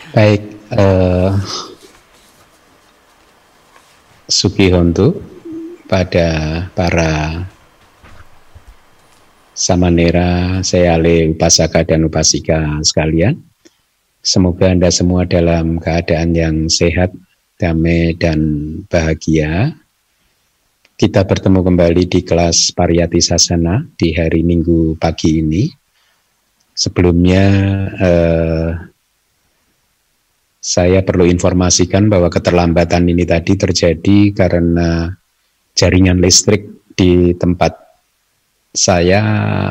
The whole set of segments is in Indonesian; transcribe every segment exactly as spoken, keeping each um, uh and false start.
Baik, eh, Sugihontu pada para samanera, seyale, upasaka dan upasika sekalian. Semoga Anda semua dalam keadaan yang sehat, damai dan bahagia. Kita bertemu kembali di kelas Pariyati Sasana di hari Minggu pagi ini. Sebelumnya eh, saya perlu informasikan bahwa keterlambatan ini tadi terjadi karena jaringan listrik di tempat saya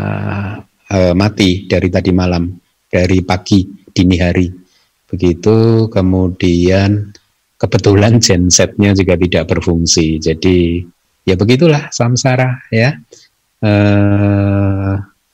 eh, mati dari tadi malam, dari pagi, dini hari. Begitu, kemudian kebetulan gensetnya juga tidak berfungsi. Jadi ya begitulah samsara ya. Eh,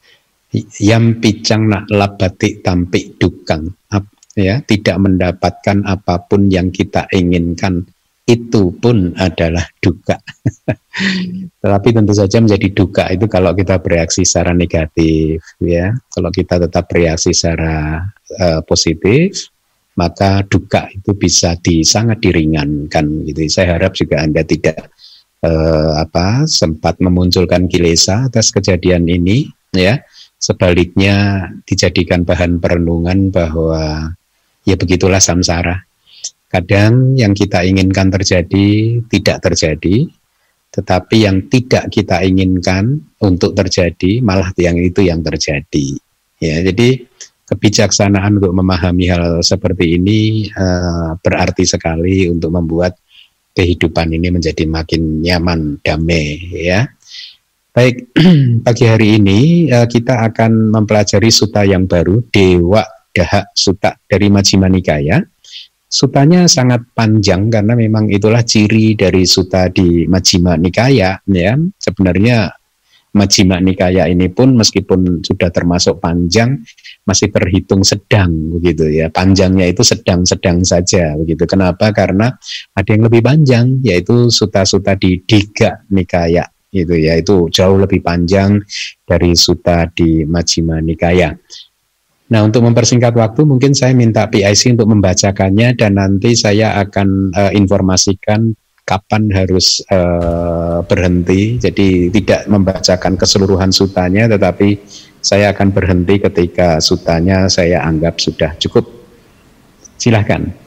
Yam picang nak labati tampik dukang, ya, tidak mendapatkan apapun yang kita inginkan, itu pun adalah duka. Tetapi tentu saja menjadi duka itu kalau kita bereaksi secara negatif, ya. Kalau kita tetap bereaksi secara uh, positif, maka duka itu bisa di, sangat diringankan. Gitu. Saya harap juga Anda tidak uh, apa sempat memunculkan kilesa atas kejadian ini, ya. Sebaliknya dijadikan bahan perenungan bahwa ya begitulah samsara. Kadang yang kita inginkan terjadi tidak terjadi, tetapi yang tidak kita inginkan untuk terjadi malah yang itu yang terjadi. Ya, jadi kebijaksanaan untuk memahami hal seperti ini uh, berarti sekali untuk membuat kehidupan ini menjadi makin nyaman, damai, ya. Baik, pagi hari ini uh, kita akan mempelajari sutta yang baru, Dewa Daha Sutta dari Majjhima Nikaya. Sutanya sangat panjang karena memang itulah ciri dari sutta di Majjhima Nikaya. Ya. Sebenarnya Majjhima Nikaya ini pun meskipun sudah termasuk panjang, masih terhitung sedang begitu ya. Panjangnya itu sedang-sedang saja begitu. Kenapa? Karena ada yang lebih panjang, yaitu sutta-sutta di Digha Nikaya. Itu ya, itu jauh lebih panjang dari sutta di Majjhima Nikaya. Nah, untuk mempersingkat waktu mungkin saya minta P I C untuk membacakannya dan nanti saya akan uh, informasikan kapan harus uh, berhenti. Jadi tidak membacakan keseluruhan suttanya, tetapi saya akan berhenti ketika suttanya saya anggap sudah cukup. Silahkan.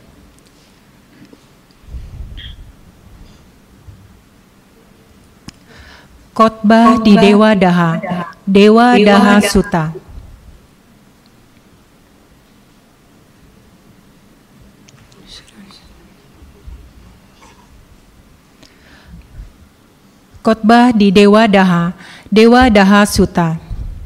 Khotbah di Dewa Daha, Dewa Daha Sutta. Khotbah di Dewa Daha, Dewa Daha Sutta.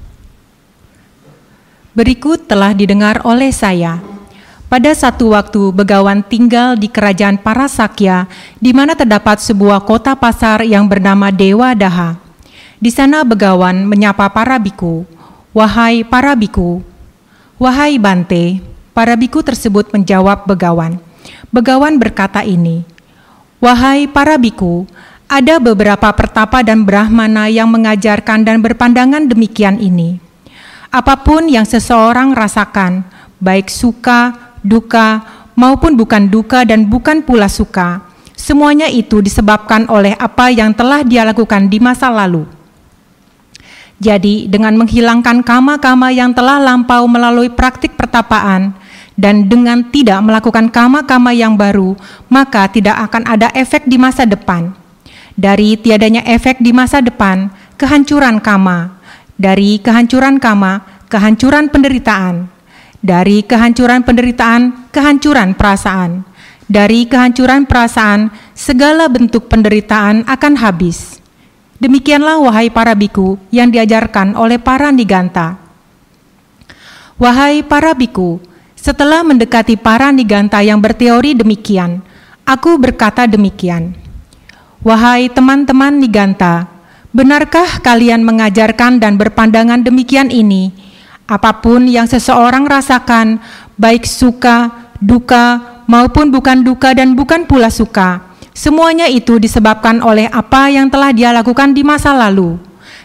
Berikut telah didengar oleh saya. Pada satu waktu Begawan tinggal di kerajaan para Sakya, di mana terdapat sebuah kota pasar yang bernama Dewa Daha. Di sana Begawan menyapa para biku, "Wahai para biku." "Wahai Bante." Para biku tersebut menjawab Begawan. Begawan berkata ini, "Wahai para biku, ada beberapa pertapa dan brahmana yang mengajarkan dan berpandangan demikian ini. Apapun yang seseorang rasakan, baik suka, duka, maupun bukan duka dan bukan pula suka, semuanya itu disebabkan oleh apa yang telah dia lakukan di masa lalu. Jadi dengan menghilangkan kama-kama yang telah lampau melalui praktik pertapaan dan dengan tidak melakukan kama-kama yang baru, maka tidak akan ada efek di masa depan. Dari tiadanya efek di masa depan, kehancuran kama. Dari kehancuran kama, kehancuran penderitaan. Dari kehancuran penderitaan, kehancuran perasaan. Dari kehancuran perasaan, segala bentuk penderitaan akan habis. Demikianlah wahai para biku yang diajarkan oleh para niganta. Wahai para biku, setelah mendekati para niganta yang berteori demikian, aku berkata demikian. Wahai teman-teman niganta, benarkah kalian mengajarkan dan berpandangan demikian ini? Apapun yang seseorang rasakan, baik suka, duka, maupun bukan duka dan bukan pula suka, semuanya itu disebabkan oleh apa yang telah dia lakukan di masa lalu.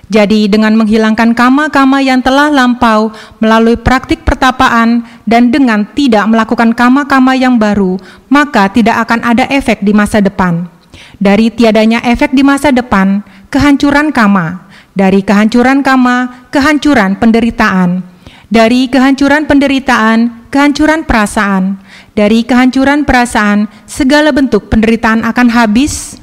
Jadi dengan menghilangkan kama-kama yang telah lampau melalui praktik pertapaan dan dengan tidak melakukan kama-kama yang baru, maka tidak akan ada efek di masa depan. Dari tiadanya efek di masa depan, kehancuran kama. Dari kehancuran kama, kehancuran penderitaan. Dari kehancuran penderitaan, kehancuran perasaan. Dari kehancuran perasaan, segala bentuk penderitaan akan habis.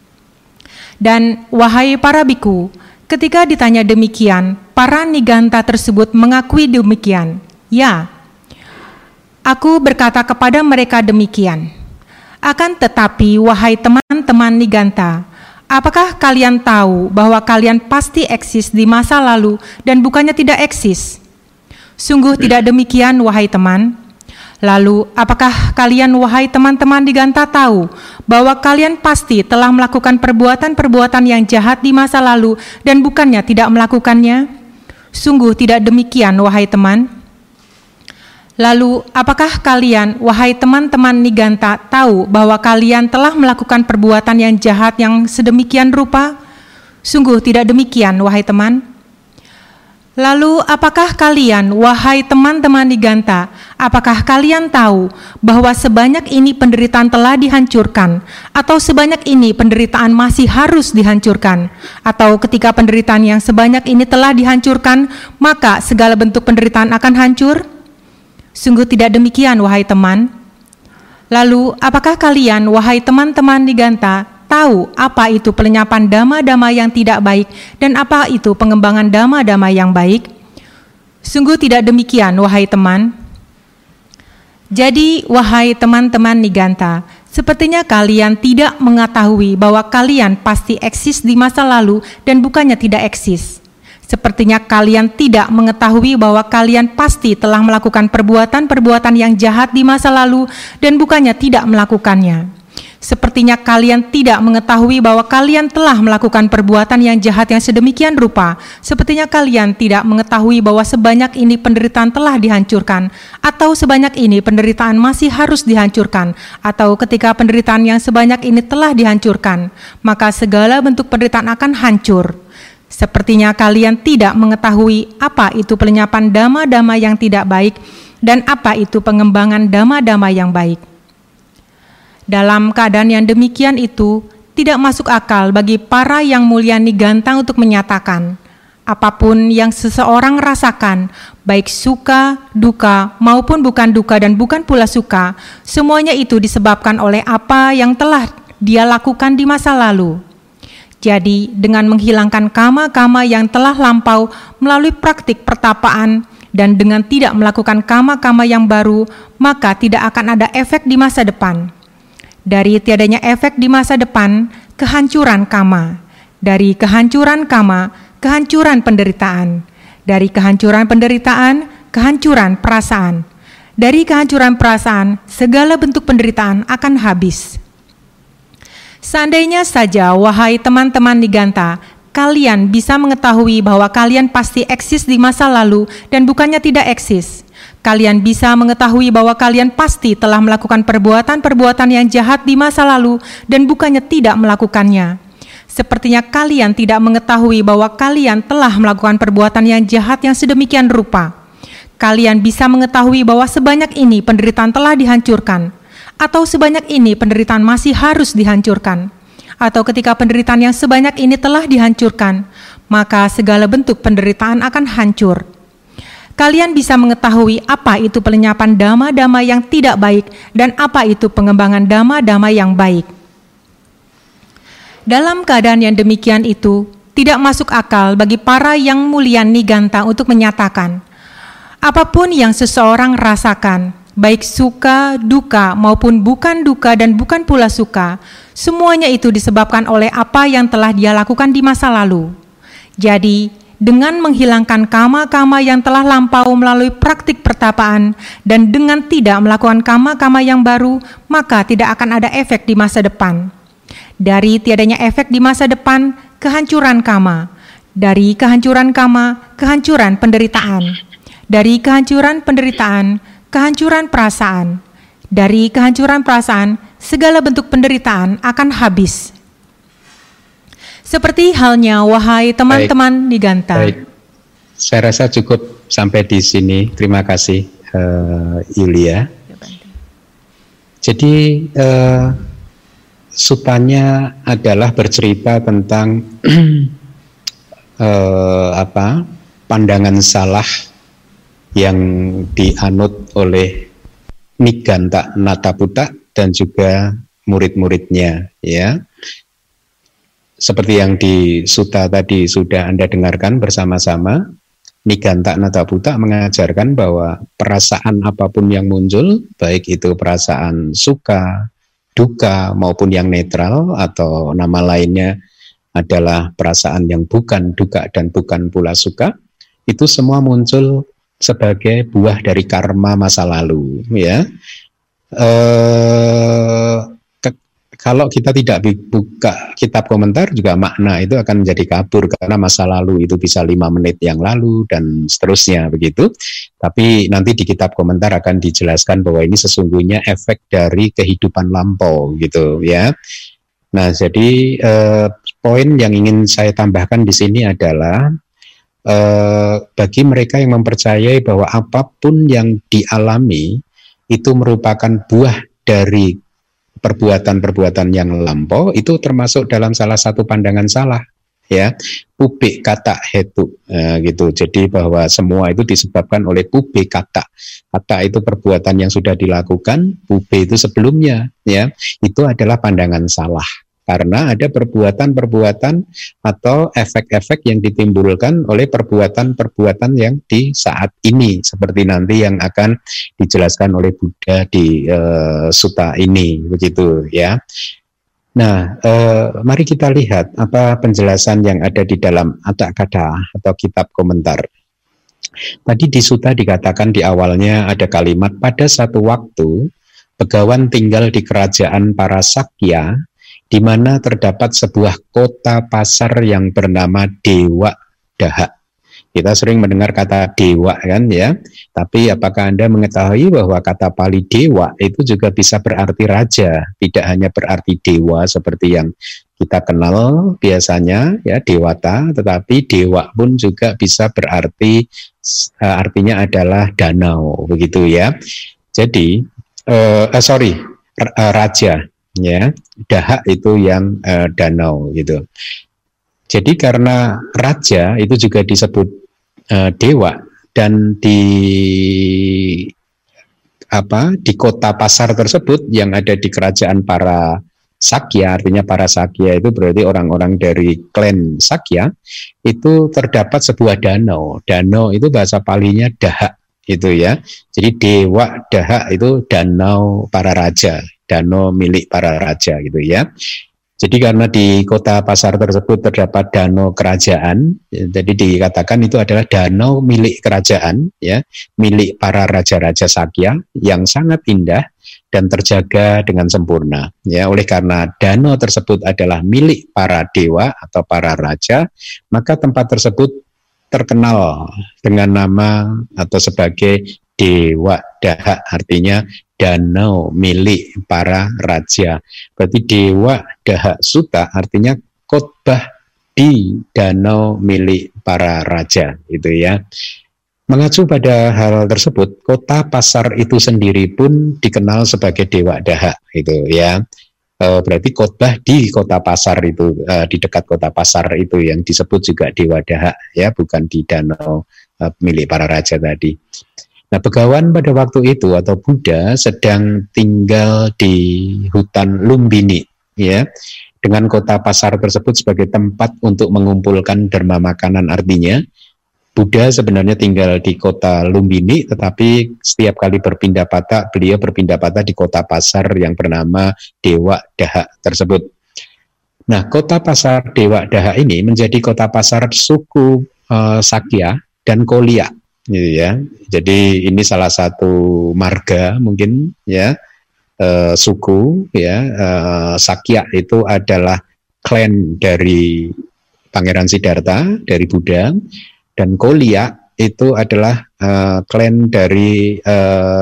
Dan wahai para biku, ketika ditanya demikian, para niganta tersebut mengakui demikian. Ya, aku berkata kepada mereka demikian. Akan tetapi, wahai teman-teman niganta, apakah kalian tahu bahwa kalian pasti eksis di masa lalu dan bukannya tidak eksis? Sungguh tidak demikian, wahai teman. Lalu, apakah kalian, wahai teman-teman niganta, tahu bahwa kalian pasti telah melakukan perbuatan-perbuatan yang jahat di masa lalu dan bukannya tidak melakukannya? Sungguh tidak demikian, wahai teman. Lalu, apakah kalian, wahai teman-teman niganta, tahu bahwa kalian telah melakukan perbuatan yang jahat yang sedemikian rupa? Sungguh tidak demikian, wahai teman. Lalu, apakah kalian, wahai teman-teman niganta, apakah kalian tahu bahwa sebanyak ini penderitaan telah dihancurkan, atau sebanyak ini penderitaan masih harus dihancurkan, atau ketika penderitaan yang sebanyak ini telah dihancurkan, maka segala bentuk penderitaan akan hancur? Sungguh tidak demikian, wahai teman. Lalu, apakah kalian, wahai teman-teman niganta, tahu apa itu pelenyapan dhamma-dhamma yang tidak baik dan apa itu pengembangan dhamma-dhamma yang baik? Sungguh tidak demikian, wahai teman. Jadi, wahai teman-teman niganta, sepertinya kalian tidak mengetahui bahwa kalian pasti eksis di masa lalu dan bukannya tidak eksis. Sepertinya kalian tidak mengetahui bahwa kalian pasti telah melakukan perbuatan-perbuatan yang jahat di masa lalu dan bukannya tidak melakukannya. Sepertinya kalian tidak mengetahui bahwa kalian telah melakukan perbuatan yang jahat yang sedemikian rupa. Sepertinya kalian tidak mengetahui bahwa sebanyak ini penderitaan telah dihancurkan, atau sebanyak ini penderitaan masih harus dihancurkan, atau ketika penderitaan yang sebanyak ini telah dihancurkan, maka segala bentuk penderitaan akan hancur. Sepertinya kalian tidak mengetahui apa itu pelenyapan dhamma-dhamma yang tidak baik dan apa itu pengembangan dhamma-dhamma yang baik. Dalam keadaan yang demikian itu, tidak masuk akal bagi para yang mulia niganta untuk menyatakan, apapun yang seseorang rasakan, baik suka, duka, maupun bukan duka dan bukan pula suka, semuanya itu disebabkan oleh apa yang telah dia lakukan di masa lalu. Jadi, dengan menghilangkan kama-kama yang telah lampau melalui praktik pertapaan dan dengan tidak melakukan kama-kama yang baru, maka tidak akan ada efek di masa depan. Dari tiadanya efek di masa depan, kehancuran kama. Dari kehancuran kama, kehancuran penderitaan. Dari kehancuran penderitaan, kehancuran perasaan. Dari kehancuran perasaan, segala bentuk penderitaan akan habis. Seandainya saja, wahai teman-teman niganta, kalian bisa mengetahui bahwa kalian pasti eksis di masa lalu dan bukannya tidak eksis. Kalian bisa mengetahui bahwa kalian pasti telah melakukan perbuatan-perbuatan yang jahat di masa lalu dan bukannya tidak melakukannya. Sepertinya kalian tidak mengetahui bahwa kalian telah melakukan perbuatan yang jahat yang sedemikian rupa. Kalian bisa mengetahui bahwa sebanyak ini penderitaan telah dihancurkan, atau sebanyak ini penderitaan masih harus dihancurkan, atau ketika penderitaan yang sebanyak ini telah dihancurkan, maka segala bentuk penderitaan akan hancur. Kalian bisa mengetahui apa itu pelenyapan dhamma-dhamma yang tidak baik dan apa itu pengembangan dhamma-dhamma yang baik. Dalam keadaan yang demikian itu, tidak masuk akal bagi para yang mulia niganta untuk menyatakan, apapun yang seseorang rasakan, baik suka, duka, maupun bukan duka dan bukan pula suka, semuanya itu disebabkan oleh apa yang telah dia lakukan di masa lalu. Jadi, dengan menghilangkan kama-kama yang telah lampau melalui praktik pertapaan dan dengan tidak melakukan kama-kama yang baru, maka tidak akan ada efek di masa depan. Dari tiadanya efek di masa depan, kehancuran kama. Dari kehancuran kama, kehancuran penderitaan. Dari kehancuran penderitaan, kehancuran perasaan. Dari kehancuran perasaan, segala bentuk penderitaan akan habis. Seperti halnya wahai teman-teman di Ganta. Baik. Saya rasa cukup sampai di sini. Terima kasih uh, Yulia. Jadi uh, sutanya adalah bercerita tentang uh, apa pandangan salah yang dianut oleh Niganta Nataputa dan juga murid-muridnya, ya. Seperti yang di suta tadi sudah Anda dengarkan bersama-sama, Niganta Nataputa mengajarkan bahwa perasaan apapun yang muncul, baik itu perasaan suka, duka maupun yang netral atau nama lainnya adalah perasaan yang bukan duka dan bukan pula suka, itu semua muncul sebagai buah dari karma masa lalu, ya. Eh, Kalau kita tidak buka kitab komentar juga makna itu akan menjadi kabur karena masa lalu itu bisa lima menit yang lalu dan seterusnya begitu. Tapi nanti di kitab komentar akan dijelaskan bahwa ini sesungguhnya efek dari kehidupan lampau gitu ya. Nah jadi eh, poin yang ingin saya tambahkan di sini adalah eh, bagi mereka yang mempercayai bahwa apapun yang dialami itu merupakan buah dari perbuatan-perbuatan yang lampau, itu termasuk dalam salah satu pandangan salah, ya, pubik kata hetu, nah, gitu. Jadi bahwa semua itu disebabkan oleh pubik kata. Kata itu perbuatan yang sudah dilakukan, pubik itu sebelumnya, ya, itu adalah pandangan salah. Karena ada perbuatan-perbuatan atau efek-efek yang ditimbulkan oleh perbuatan-perbuatan yang di saat ini, seperti nanti yang akan dijelaskan oleh Buddha di uh, sutta ini, begitu ya. Nah, uh, mari kita lihat apa penjelasan yang ada di dalam Atthakatha atau kitab komentar. Tadi di sutta dikatakan di awalnya ada kalimat, pada satu waktu Begawan tinggal di kerajaan para Sakya, di mana terdapat sebuah kota pasar yang bernama Dewa Daha. Kita sering mendengar kata dewa kan ya, tapi apakah Anda mengetahui bahwa kata Pali dewa itu juga bisa berarti raja, tidak hanya berarti dewa seperti yang kita kenal biasanya ya dewata, tetapi dewa pun juga bisa berarti artinya adalah danau begitu ya. Jadi uh, uh, sorry uh, raja. Ya, Daha itu yang uh, danau gitu. Jadi karena raja itu juga disebut uh, dewa dan di apa di kota pasar tersebut yang ada di kerajaan para Sakya, artinya para Sakya itu berarti orang-orang dari klan Sakya, itu terdapat sebuah danau. Danau itu bahasa Palinya Daha itu ya. Jadi Dewa Daha itu danau para raja. Danau milik para raja gitu ya. Jadi karena di kota pasar tersebut terdapat danau kerajaan, jadi dikatakan itu adalah danau milik kerajaan ya, milik para raja-raja Sakya yang sangat indah dan terjaga dengan sempurna ya. Oleh karena danau tersebut adalah milik para dewa atau para raja, maka tempat tersebut terkenal dengan nama atau sebagai Dewa Daha, artinya danau milik para raja. Berarti Dewa Daha Sutta artinya khotbah di danau milik para raja, itu ya. Mengacu pada hal tersebut, kota pasar itu sendiri pun dikenal sebagai Dewa Daha, itu ya. E, berarti khotbah di kota pasar itu, e, di dekat kota pasar itu yang disebut juga Dewa Daha, ya, bukan di danau e, milik para raja tadi. Nah, Begawan pada waktu itu atau Buddha sedang tinggal di hutan Lumbini, ya, dengan kota pasar tersebut sebagai tempat untuk mengumpulkan derma makanan. Artinya, Buddha sebenarnya tinggal di kota Lumbini, tetapi setiap kali berpindah patah, beliau berpindah patah di kota pasar yang bernama Dewa Daha tersebut. Nah, kota pasar Dewa Daha ini menjadi kota pasar suku uh, Sakya dan Kolya. Gitu ya. Jadi ini salah satu marga mungkin ya e, suku ya e, Sakya itu adalah klan dari Pangeran Siddhartha dari Buddha, dan Kolya itu adalah e, klan dari e,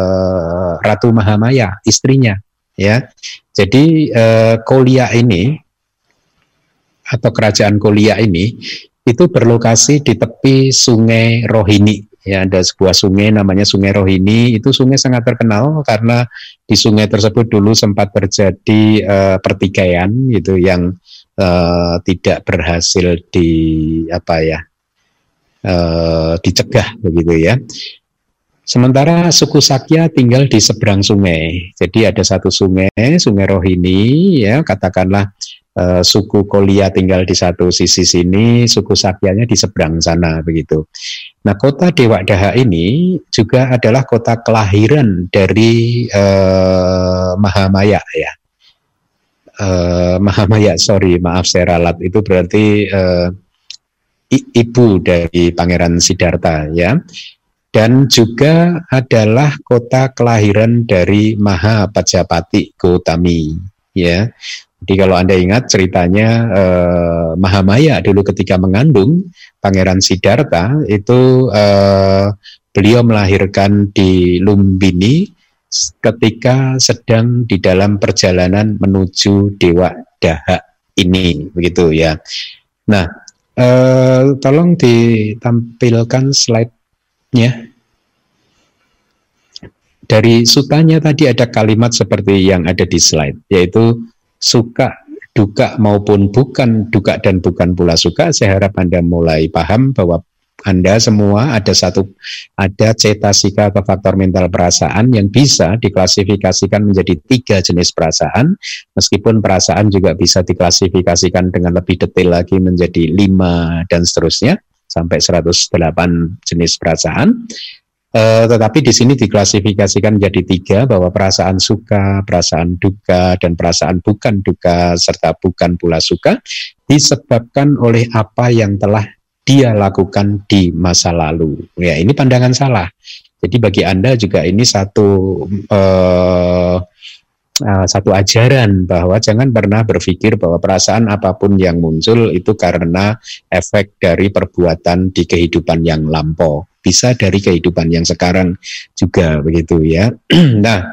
Ratu Mahamaya istrinya ya. Jadi e, Kolya ini atau kerajaan Kolia ini itu berlokasi di tepi Sungai Rohini. Ya, ada sebuah sungai namanya Sungai Rohini. Itu sungai sangat terkenal karena di sungai tersebut dulu sempat terjadi uh, pertikaian gitu yang uh, tidak berhasil di apa ya uh, dicegah begitu ya. Sementara suku Sakya tinggal di seberang sungai. Jadi ada satu sungai, Sungai Rohini, ya katakanlah uh, suku Kolia tinggal di satu sisi sini, suku Sakyanya di seberang sana begitu. Nah, kota Dewa Daha ini juga adalah kota kelahiran dari uh, Mahamaya ya. Uh, Mahamaya, sorry, maaf saya ralat, itu berarti uh, ibu dari Pangeran Siddhartha ya. Dan juga adalah kota kelahiran dari Mahapajapati Gautami ya. Jadi kalau Anda ingat ceritanya eh, Mahamaya dulu ketika mengandung Pangeran Siddhartha itu eh, beliau melahirkan di Lumbini ketika sedang di dalam perjalanan menuju Dewa Daha ini begitu ya. Nah, eh, tolong ditampilkan slide ya. Dari sutanya tadi ada kalimat seperti yang ada di slide, yaitu suka, duka maupun bukan duka dan bukan pula suka. Saya harap Anda mulai paham bahwa Anda semua ada satu ada cetasika atau faktor mental perasaan yang bisa diklasifikasikan menjadi tiga jenis perasaan, meskipun perasaan juga bisa diklasifikasikan dengan lebih detail lagi menjadi lima dan seterusnya sampai seratus delapan jenis perasaan. Uh, tetapi di sini diklasifikasikan menjadi tiga, bahwa perasaan suka, perasaan duka, dan perasaan bukan duka serta bukan pula suka disebabkan oleh apa yang telah dia lakukan di masa lalu. Ya, ini pandangan salah. Jadi bagi Anda juga ini satu uh, uh, satu ajaran bahwa jangan pernah berpikir bahwa perasaan apapun yang muncul itu karena efek dari perbuatan di kehidupan yang lampau. Bisa dari kehidupan yang sekarang juga begitu ya. Nah,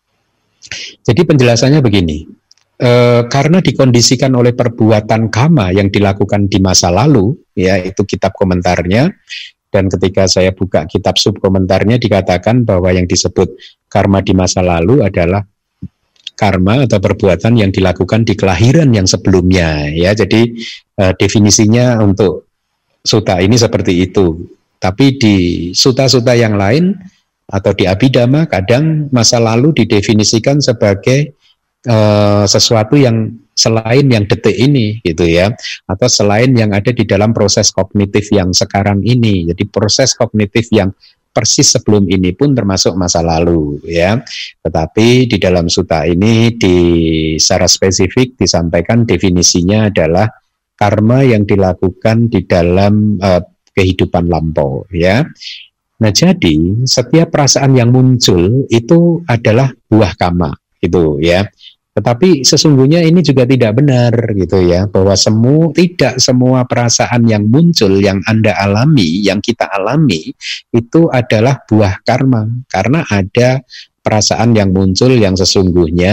jadi penjelasannya begini, e, karena dikondisikan oleh perbuatan kama yang dilakukan di masa lalu, ya itu kitab komentarnya, dan ketika saya buka kitab subkomentarnya dikatakan bahwa yang disebut karma di masa lalu adalah karma atau perbuatan yang dilakukan di kelahiran yang sebelumnya, ya. Jadi e, definisinya untuk suta ini seperti itu. Tapi di suta-suta yang lain atau di Abhidhamma kadang masa lalu didefinisikan sebagai uh, sesuatu yang selain yang detik ini gitu ya, atau selain yang ada di dalam proses kognitif yang sekarang ini. Jadi proses kognitif yang persis sebelum ini pun termasuk masa lalu ya. Tetapi di dalam suta ini di secara spesifik disampaikan definisinya adalah karma yang dilakukan di dalam uh, kehidupan lampau ya. Nah, jadi setiap perasaan yang muncul itu adalah buah kama gitu ya. Tetapi sesungguhnya ini juga tidak benar gitu ya, bahwa semua tidak semua perasaan yang muncul yang Anda alami, yang kita alami itu adalah buah karma, karena ada perasaan yang muncul yang sesungguhnya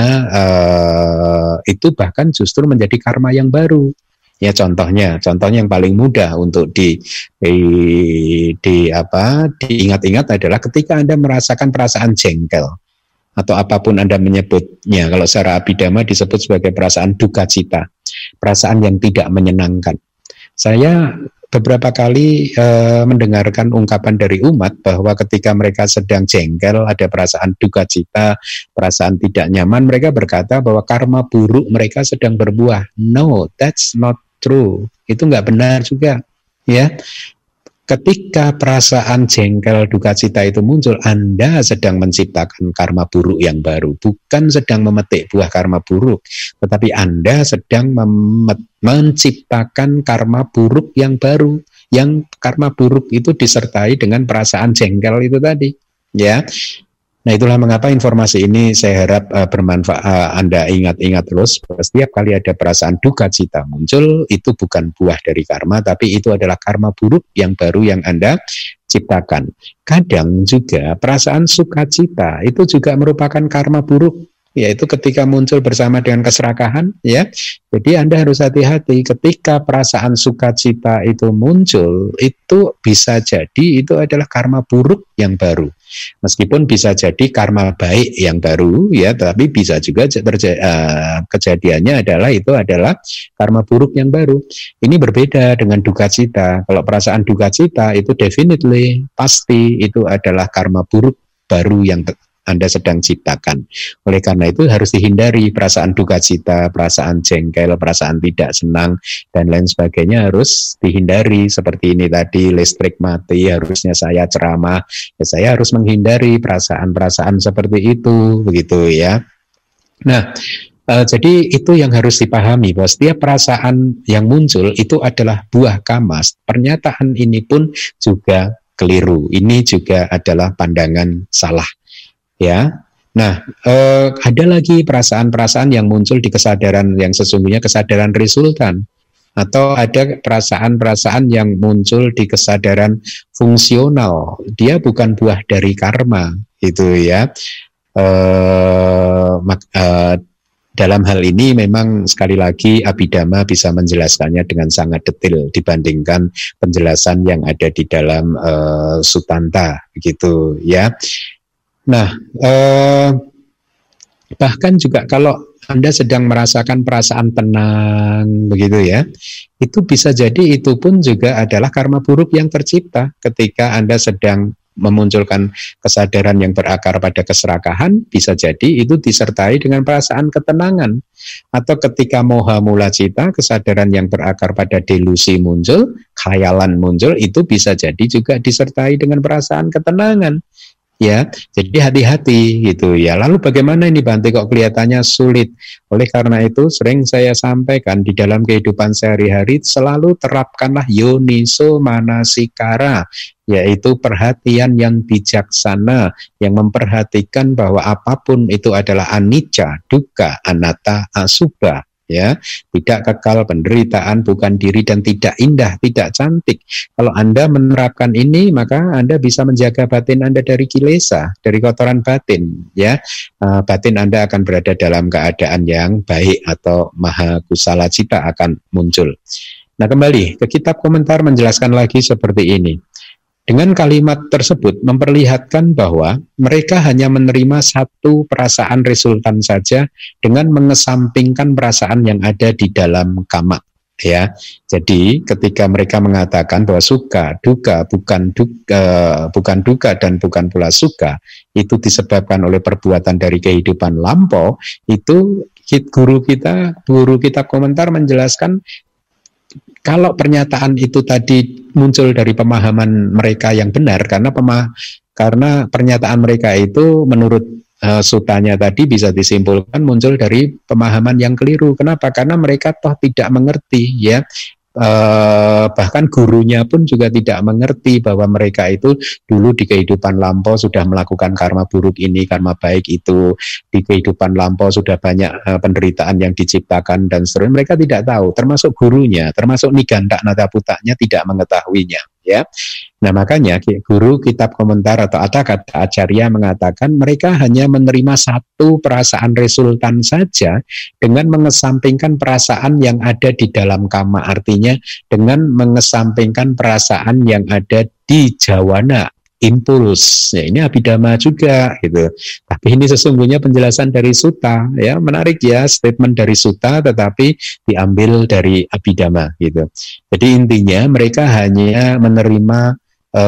uh, itu bahkan justru menjadi karma yang baru. Ya, contohnya, contohnya yang paling mudah untuk di, di, di apa diingat-ingat adalah ketika Anda merasakan perasaan jengkel atau apapun Anda menyebutnya. Kalau secara Abhidhamma disebut sebagai perasaan duka cita, perasaan yang tidak menyenangkan. Saya beberapa kali e, mendengarkan ungkapan dari umat bahwa ketika mereka sedang jengkel, ada perasaan duka cita, perasaan tidak nyaman, mereka berkata bahwa karma buruk mereka sedang berbuah. No, that's not true. Itu nggak benar juga, ya. Ketika perasaan jengkel duka cita itu muncul, Anda sedang menciptakan karma buruk yang baru, bukan sedang memetik buah karma buruk, tetapi Anda sedang menciptakan karma buruk yang baru, yang karma buruk itu disertai dengan perasaan jengkel itu tadi, ya. Nah, itulah mengapa informasi ini saya harap uh, bermanfaat. Uh, Anda ingat-ingat terus, setiap kali ada perasaan duka cita muncul, itu bukan buah dari karma, tapi itu adalah karma buruk yang baru yang Anda ciptakan. Kadang juga perasaan sukacita itu juga merupakan karma buruk, yaitu ketika muncul bersama dengan keserakahan, ya. Jadi Anda harus hati-hati ketika perasaan sukacita itu muncul, itu bisa jadi itu adalah karma buruk yang baru. Meskipun bisa jadi karma baik yang baru, ya, tapi bisa juga terjadi, uh, kejadiannya adalah itu adalah karma buruk yang baru. Ini berbeda dengan duka cita. Kalau perasaan duka cita itu definitely pasti itu adalah karma buruk baru yang Anda sedang ciptakan. Oleh karena itu harus dihindari perasaan duka cita, perasaan jengkel, perasaan tidak senang, dan lain sebagainya harus dihindari. Seperti ini tadi, listrik mati, harusnya saya ceramah, ya saya harus menghindari perasaan-perasaan seperti itu, begitu ya. Nah, Uh, jadi itu yang harus dipahami, bahwa setiap perasaan yang muncul itu adalah buah karma. Pernyataan ini pun juga keliru. Ini juga adalah pandangan salah. Ya, nah uh, ada lagi perasaan-perasaan yang muncul di kesadaran yang sesungguhnya, kesadaran resultan, atau ada perasaan-perasaan yang muncul di kesadaran fungsional. Dia bukan buah dari karma, itu ya. Uh, mak, uh, Dalam hal ini memang sekali lagi Abhidhamma bisa menjelaskannya dengan sangat detail dibandingkan penjelasan yang ada di dalam uh, Sutanta, begitu ya. Nah, uh, bahkan juga kalau Anda sedang merasakan perasaan tenang, begitu ya, itu bisa jadi itu pun juga adalah karma buruk yang tercipta ketika Anda sedang memunculkan kesadaran yang berakar pada keserakahan. Bisa jadi itu disertai dengan perasaan ketenangan. Atau ketika moha mula cita, kesadaran yang berakar pada delusi muncul, khayalan muncul, itu bisa jadi juga disertai dengan perasaan ketenangan. Ya, jadi hati-hati gitu ya. Lalu bagaimana ini Bante, kok kelihatannya sulit? Oleh karena itu sering saya sampaikan di dalam kehidupan sehari-hari, selalu terapkanlah yoniso manasikara, yaitu perhatian yang bijaksana, yang memperhatikan bahwa apapun itu adalah anicca, dukkha, anatta, asubha. Ya, tidak kekal, penderitaan, bukan diri, dan tidak indah, tidak cantik. Kalau Anda menerapkan ini, maka Anda bisa menjaga batin Anda dari kilesa, dari kotoran batin. Ya, uh, batin Anda akan berada dalam keadaan yang baik, atau maha kusala cita akan muncul. Nah, kembali ke kitab komentar menjelaskan lagi seperti ini. Dengan kalimat tersebut memperlihatkan bahwa mereka hanya menerima satu perasaan resultan saja dengan mengesampingkan perasaan yang ada di dalam kama. Ya, jadi ketika mereka mengatakan bahwa suka, duka, bukan duka, bukan duka dan bukan pula suka, itu disebabkan oleh perbuatan dari kehidupan lampau, itu guru kita, guru kitab komentar menjelaskan, kalau pernyataan itu tadi muncul dari pemahaman mereka yang benar, karena pemah karena pernyataan mereka itu menurut uh, sutanya tadi bisa disimpulkan muncul dari pemahaman yang keliru. Kenapa? Karena mereka toh tidak mengerti, ya. Uh, bahkan gurunya pun juga tidak mengerti bahwa mereka itu dulu di kehidupan lampau sudah melakukan karma buruk ini, karma baik itu, di kehidupan lampau sudah banyak uh, penderitaan yang diciptakan dan seterusnya. Mereka tidak tahu, termasuk gurunya, termasuk Niganta Nataputanya tidak mengetahuinya, ya. Nah, makanya guru kitab komentar atau ada kata acarya mengatakan mereka hanya menerima satu perasaan resultan saja dengan mengesampingkan perasaan yang ada di dalam kama, artinya dengan mengesampingkan perasaan yang ada di jawana, impuls. Ya, ini Abhidhamma juga gitu. Tapi ini sesungguhnya penjelasan dari Sutta, ya, menarik ya, statement dari Sutta tetapi diambil dari Abhidhamma gitu. Jadi intinya mereka hanya menerima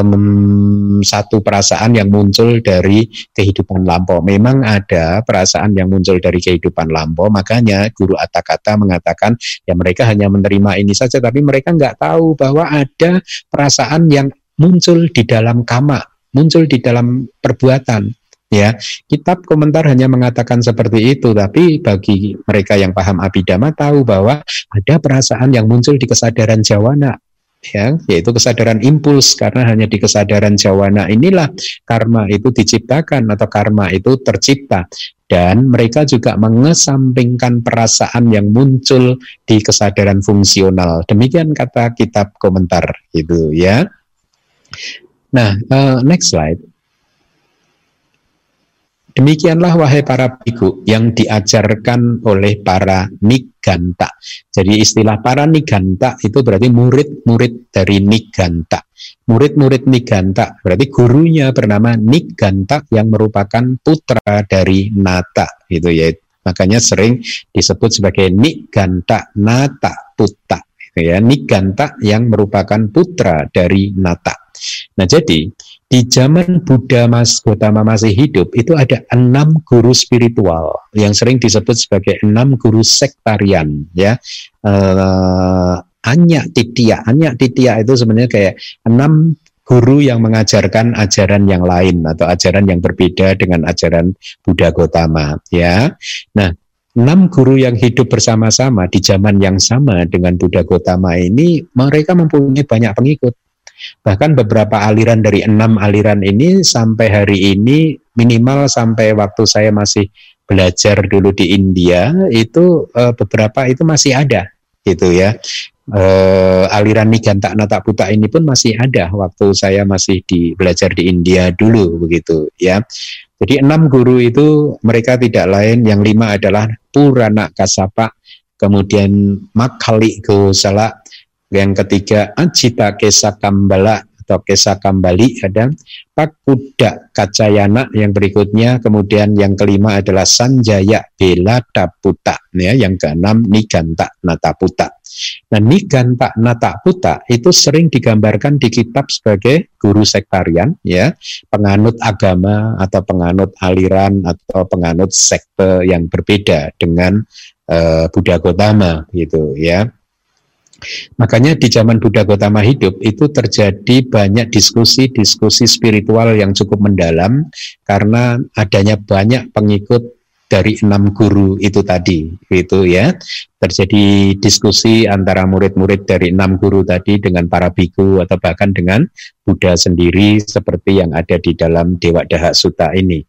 Um, satu perasaan yang muncul dari kehidupan lampau. Memang ada perasaan yang muncul dari kehidupan lampau, makanya guru Atthakatha mengatakan ya mereka hanya menerima ini saja, tapi mereka nggak tahu bahwa ada perasaan yang muncul di dalam kama, muncul di dalam perbuatan. Ya, kitab komentar hanya mengatakan seperti itu, tapi bagi mereka yang paham Abhidhamma tahu bahwa ada perasaan yang muncul di kesadaran jawana, ya, yaitu kesadaran impuls, karena hanya di kesadaran jawana inilah karma itu diciptakan atau karma itu tercipta, dan mereka juga mengesampingkan perasaan yang muncul di kesadaran fungsional. Demikian kata kitab komentar itu, ya. Nah, uh, next slide. Demikianlah wahai para biku yang diajarkan oleh para niganta. Jadi istilah para niganta itu berarti murid-murid dari niganta. Murid-murid niganta berarti gurunya bernama Niganta yang merupakan putra dari Nata, gitu ya. Makanya sering disebut sebagai Niganta Nata Puta, gitu ya. Niganta yang merupakan putra dari Nata. Nah, jadi di zaman Buddha Mas Gotama masih hidup itu ada enam guru spiritual yang sering disebut sebagai enam guru sektarian, ya. Uh, Anya Titiya, Anya Titiya itu sebenarnya kayak enam guru yang mengajarkan ajaran yang lain atau ajaran yang berbeda dengan ajaran Buddha Gotama, ya. Nah, enam guru yang hidup bersama-sama di zaman yang sama dengan Buddha Gotama ini, mereka mempunyai banyak pengikut. Bahkan beberapa aliran dari enam aliran ini sampai hari ini, minimal sampai waktu saya masih belajar dulu di India, itu e, beberapa itu masih ada, gitu ya. E, aliran Niganta Nata Puta ini pun masih ada waktu saya masih di belajar di India dulu, begitu ya. Jadi enam guru itu mereka tidak lain, yang lima adalah Purana Kasapa, kemudian Makkhali Gosala, yang ketiga Ajita Kesakambala atau Kesakambali, ada Pakuda Kacayana yang berikutnya, kemudian yang kelima adalah Sanjaya Beladaputa, ya, yang keenam Niganta Nataputa. Nah, Niganta Nataputa itu sering digambarkan di kitab sebagai guru sektarian, ya, penganut agama atau penganut aliran atau penganut sekte yang berbeda dengan uh, Buddha Gotama, gitu ya. Makanya di zaman Buddha Gotama hidup itu terjadi banyak diskusi-diskusi spiritual yang cukup mendalam karena adanya banyak pengikut dari enam guru itu tadi, gitu ya. Terjadi diskusi antara murid-murid dari enam guru tadi dengan para biku atau bahkan dengan Buddha sendiri seperti yang ada di dalam Dewa Daha Sutta ini.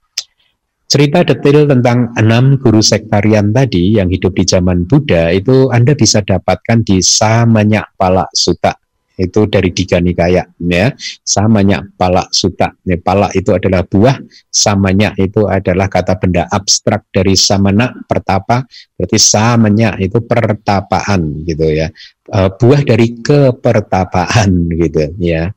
Cerita detail tentang enam guru sektarian tadi yang hidup di zaman Buddha itu Anda bisa dapatkan di Samanyakpala Sutta, itu dari Digha Nikaya, ya. Samanyakpala Sutta. Ya, pala itu adalah buah, samanya itu adalah kata benda abstrak dari samana, pertapa, berarti samanya itu pertapaan, gitu ya. E, buah dari kepertapaan, gitu ya.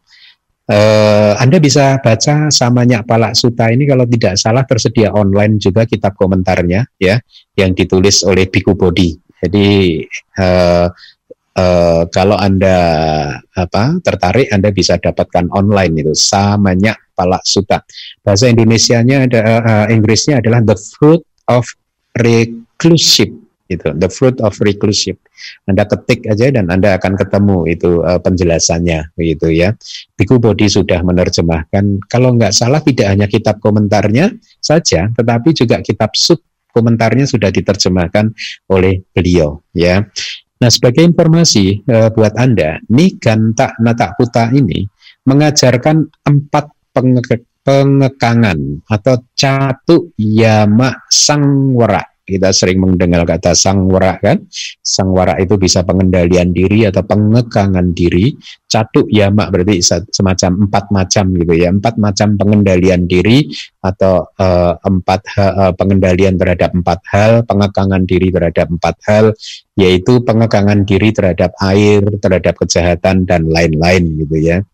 Uh, Anda bisa baca Samanyakpala Sutta ini, kalau tidak salah tersedia online juga kitab komentarnya, ya, yang ditulis oleh Bhikkhu Bodhi. Jadi uh, uh, kalau Anda apa tertarik, Anda bisa dapatkan online itu Samanyakpala Sutta. Bahasa Indonesianya ada, uh, Inggrisnya adalah The Fruit of Reclusive. Itu, The Fruit of Reclusive. Anda ketik aja dan Anda akan ketemu itu uh, penjelasannya, begitu ya. Bhikkhu Bodhi sudah menerjemahkan, kalau nggak salah tidak hanya kitab komentarnya saja, tetapi juga kitab sub komentarnya sudah diterjemahkan oleh beliau, ya. Nah, sebagai informasi uh, buat Anda, Niganta Nataputa ini mengajarkan empat penge- pengekangan atau catu yama sangwara. Kita sering mendengar kata sangwara, kan? Sangwara itu bisa pengendalian diri atau pengekangan diri. Catu yama berarti semacam empat macam, gitu ya. Empat macam pengendalian diri atau uh, empat uh, pengendalian terhadap empat hal, pengekangan diri terhadap empat hal, yaitu pengekangan diri terhadap air, terhadap kejahatan dan lain-lain, gitu ya.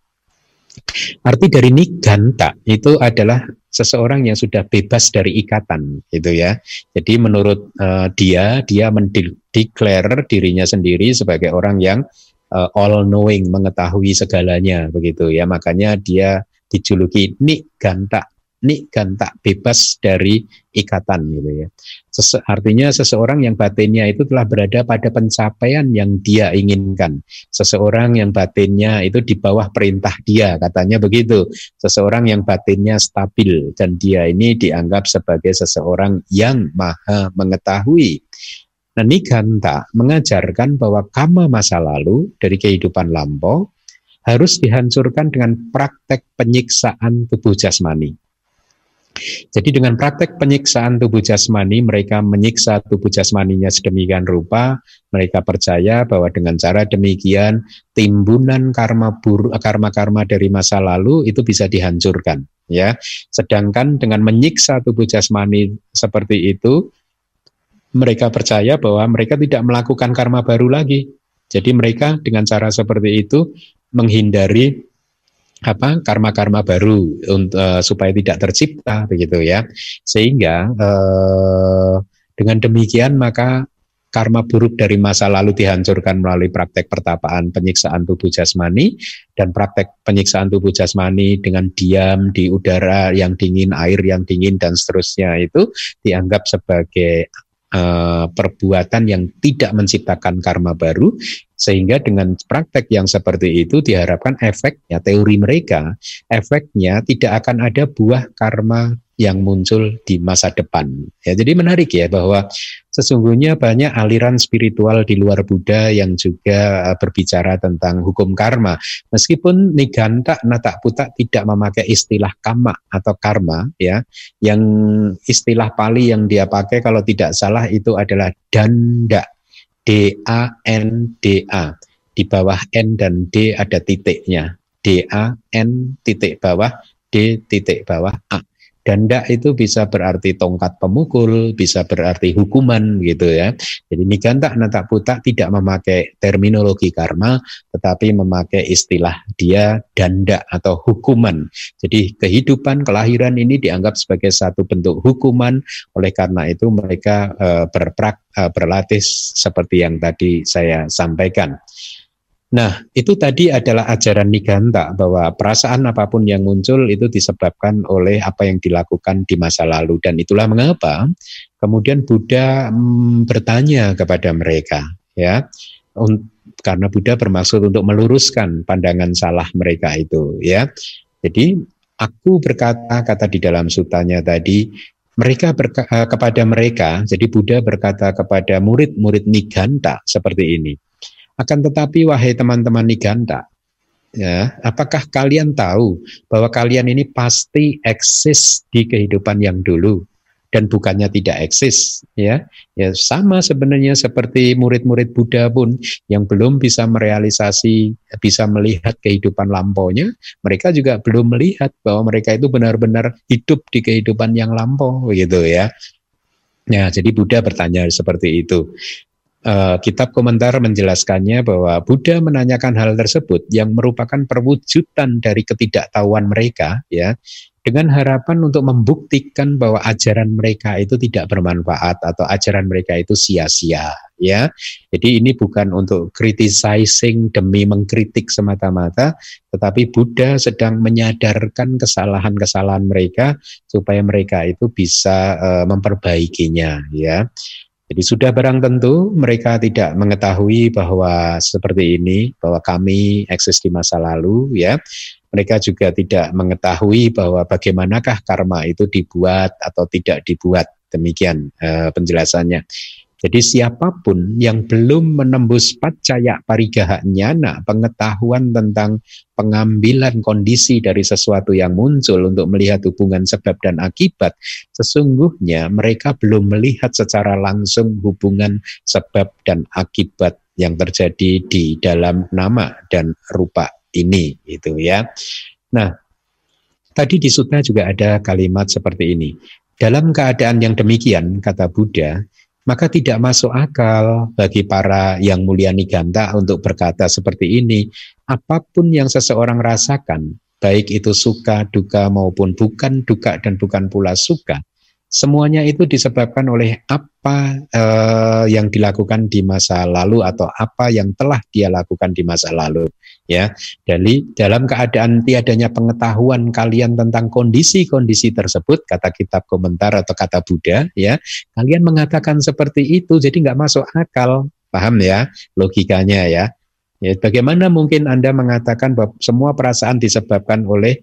Arti dari Niganta itu adalah seseorang yang sudah bebas dari ikatan, gitu ya. Jadi menurut uh, dia, dia mendeklar dirinya sendiri sebagai orang yang uh, all knowing, mengetahui segalanya, begitu ya. Makanya dia dijuluki Niganta, Niganta, bebas dari ikatan, gitu ya. Sese- artinya seseorang yang batinnya itu telah berada pada pencapaian yang dia inginkan. Seseorang yang batinnya itu di bawah perintah dia, katanya begitu. Seseorang yang batinnya stabil dan dia ini dianggap sebagai seseorang yang maha mengetahui. Nah, Niganta mengajarkan bahwa kama masa lalu dari kehidupan lampau harus dihancurkan dengan praktek penyiksaan tubuh jasmani. Jadi dengan praktek penyiksaan tubuh jasmani, mereka menyiksa tubuh jasmaninya sedemikian rupa, mereka percaya bahwa dengan cara demikian timbunan karma buruk, karma-karma dari masa lalu itu bisa dihancurkan, ya. Sedangkan dengan menyiksa tubuh jasmani seperti itu, mereka percaya bahwa mereka tidak melakukan karma baru lagi. Jadi mereka dengan cara seperti itu menghindari apa karma-karma baru untuk uh, supaya tidak tercipta, begitu ya. Sehingga uh, dengan demikian maka karma buruk dari masa lalu dihancurkan melalui praktek pertapaan penyiksaan tubuh jasmani, dan praktek penyiksaan tubuh jasmani dengan diam di udara yang dingin, air yang dingin dan seterusnya itu dianggap sebagai Uh, perbuatan yang tidak menciptakan karma baru, sehingga dengan praktek yang seperti itu diharapkan efeknya, teori mereka, efeknya tidak akan ada buah karma yang muncul di masa depan. Ya, jadi menarik ya bahwa sesungguhnya banyak aliran spiritual di luar Buddha yang juga uh, berbicara tentang hukum karma. Meskipun Niganta Nataputa tidak memakai istilah kama atau karma, ya, yang istilah Pali yang dia pakai kalau tidak salah itu adalah danda, D A N D A. Di bawah N dan D ada titiknya, D A N titik bawah D titik bawah A. Danda itu bisa berarti tongkat pemukul, bisa berarti hukuman gitu ya. Jadi Niganta Nataputa tidak memakai terminologi karma, tetapi memakai istilah dia danda atau hukuman. Jadi kehidupan, kelahiran ini dianggap sebagai satu bentuk hukuman, oleh karena itu mereka uh, berprak, uh, berlatih seperti yang tadi saya sampaikan. Nah, itu tadi adalah ajaran Niganta bahwa perasaan apapun yang muncul itu disebabkan oleh apa yang dilakukan di masa lalu, dan itulah mengapa kemudian Buddha hmm, bertanya kepada mereka, ya, karena Buddha bermaksud untuk meluruskan pandangan salah mereka itu, ya. Jadi aku berkata, kata di dalam sutanya tadi, mereka berka, kepada mereka, jadi Buddha berkata kepada murid-murid Niganta seperti ini. Akan tetapi wahai teman-teman Niganta, ya, apakah kalian tahu bahwa kalian ini pasti eksis di kehidupan yang dulu dan bukannya tidak eksis, ya? Ya sama sebenarnya seperti murid-murid Buddha pun yang belum bisa merealisasi, bisa melihat kehidupan lampaunya, mereka juga belum melihat bahwa mereka itu benar-benar hidup di kehidupan yang lampau, gitu ya. Ya, jadi Buddha bertanya seperti itu. Uh, kitab komentar menjelaskannya bahwa Buddha menanyakan hal tersebut yang merupakan perwujudan dari ketidaktahuan mereka, ya, dengan harapan untuk membuktikan bahwa ajaran mereka itu tidak bermanfaat atau ajaran mereka itu sia-sia, ya. Jadi ini bukan untuk criticizing demi mengkritik semata-mata, tetapi Buddha sedang menyadarkan kesalahan-kesalahan mereka supaya mereka itu bisa uh, memperbaikinya, ya. Jadi sudah barang tentu mereka tidak mengetahui bahwa seperti ini, bahwa kami eksis di masa lalu, ya. Mereka juga tidak mengetahui bahwa bagaimanakah karma itu dibuat atau tidak dibuat. Demikian uh, penjelasannya. Jadi siapapun yang belum menembus paccaya parigaha nyana, pengetahuan tentang pengambilan kondisi dari sesuatu yang muncul untuk melihat hubungan sebab dan akibat, sesungguhnya mereka belum melihat secara langsung hubungan sebab dan akibat yang terjadi di dalam nama dan rupa ini, itu ya. Nah, tadi di sutta juga ada kalimat seperti ini. Dalam keadaan yang demikian, kata Buddha, maka tidak masuk akal bagi para yang mulia Niganta untuk berkata seperti ini, apapun yang seseorang rasakan, baik itu suka, duka maupun bukan duka dan bukan pula suka, semuanya itu disebabkan oleh apa eh, yang dilakukan di masa lalu atau apa yang telah dia lakukan di masa lalu, ya. Jadi dalam keadaan tiadanya pengetahuan kalian tentang kondisi-kondisi tersebut, kata kitab komentar atau kata Buddha, ya, kalian mengatakan seperti itu, jadi nggak masuk akal, paham ya logikanya ya. Ya, bagaimana mungkin Anda mengatakan bahwa semua perasaan disebabkan oleh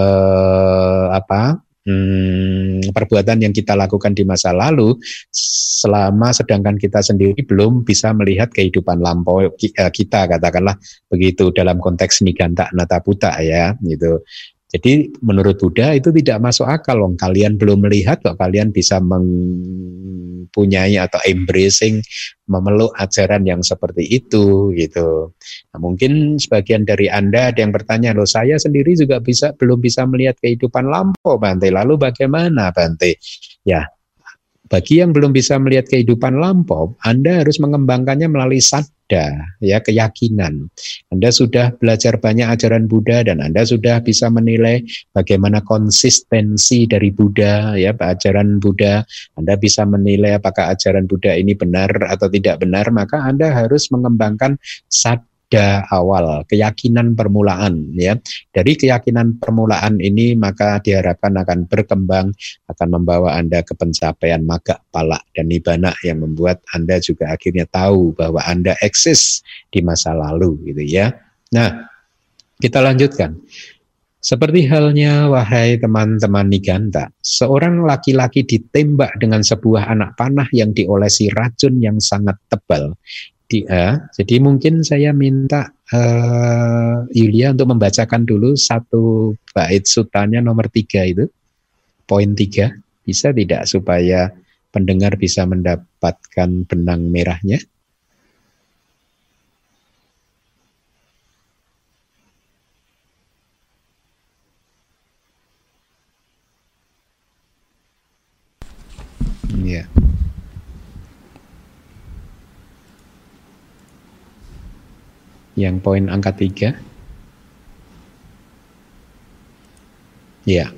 eh, apa? Hmm, perbuatan yang kita lakukan di masa lalu, selama sedangkan kita sendiri belum bisa melihat kehidupan lampau kita, katakanlah begitu dalam konteks Niganta Nataputa, ya, gitu. Jadi menurut Buddha itu tidak masuk akal. Wong kalian belum melihat kok kalian bisa mempunyai atau embracing, memeluk ajaran yang seperti itu gitu. Nah, mungkin sebagian dari Anda ada yang bertanya, loh saya sendiri juga bisa belum bisa melihat kehidupan lampau Bante. Lalu bagaimana Bante? Ya, bagi yang belum bisa melihat kehidupan lampau, Anda harus mengembangkannya melalui sadda, ya, keyakinan. Anda sudah belajar banyak ajaran Buddha dan Anda sudah bisa menilai bagaimana konsistensi dari Buddha, ya, ajaran Buddha. Anda bisa menilai apakah ajaran Buddha ini benar atau tidak benar, maka Anda harus mengembangkan sadda awal, keyakinan permulaan, ya. Dari keyakinan permulaan ini maka diharapkan akan berkembang, akan membawa Anda ke pencapaian magga pala dan nibbana yang membuat Anda juga akhirnya tahu bahwa Anda eksis di masa lalu gitu ya. Nah, kita lanjutkan. Seperti halnya wahai teman-teman Niganta, seorang laki-laki ditembak dengan sebuah anak panah yang diolesi racun yang sangat tebal. Dia, jadi mungkin saya minta uh, Yulia untuk membacakan dulu satu bait sutanya nomor tiga itu, poin tiga, bisa tidak supaya pendengar bisa mendapatkan benang merahnya? Ya. Yang poin angka tiga. Ya.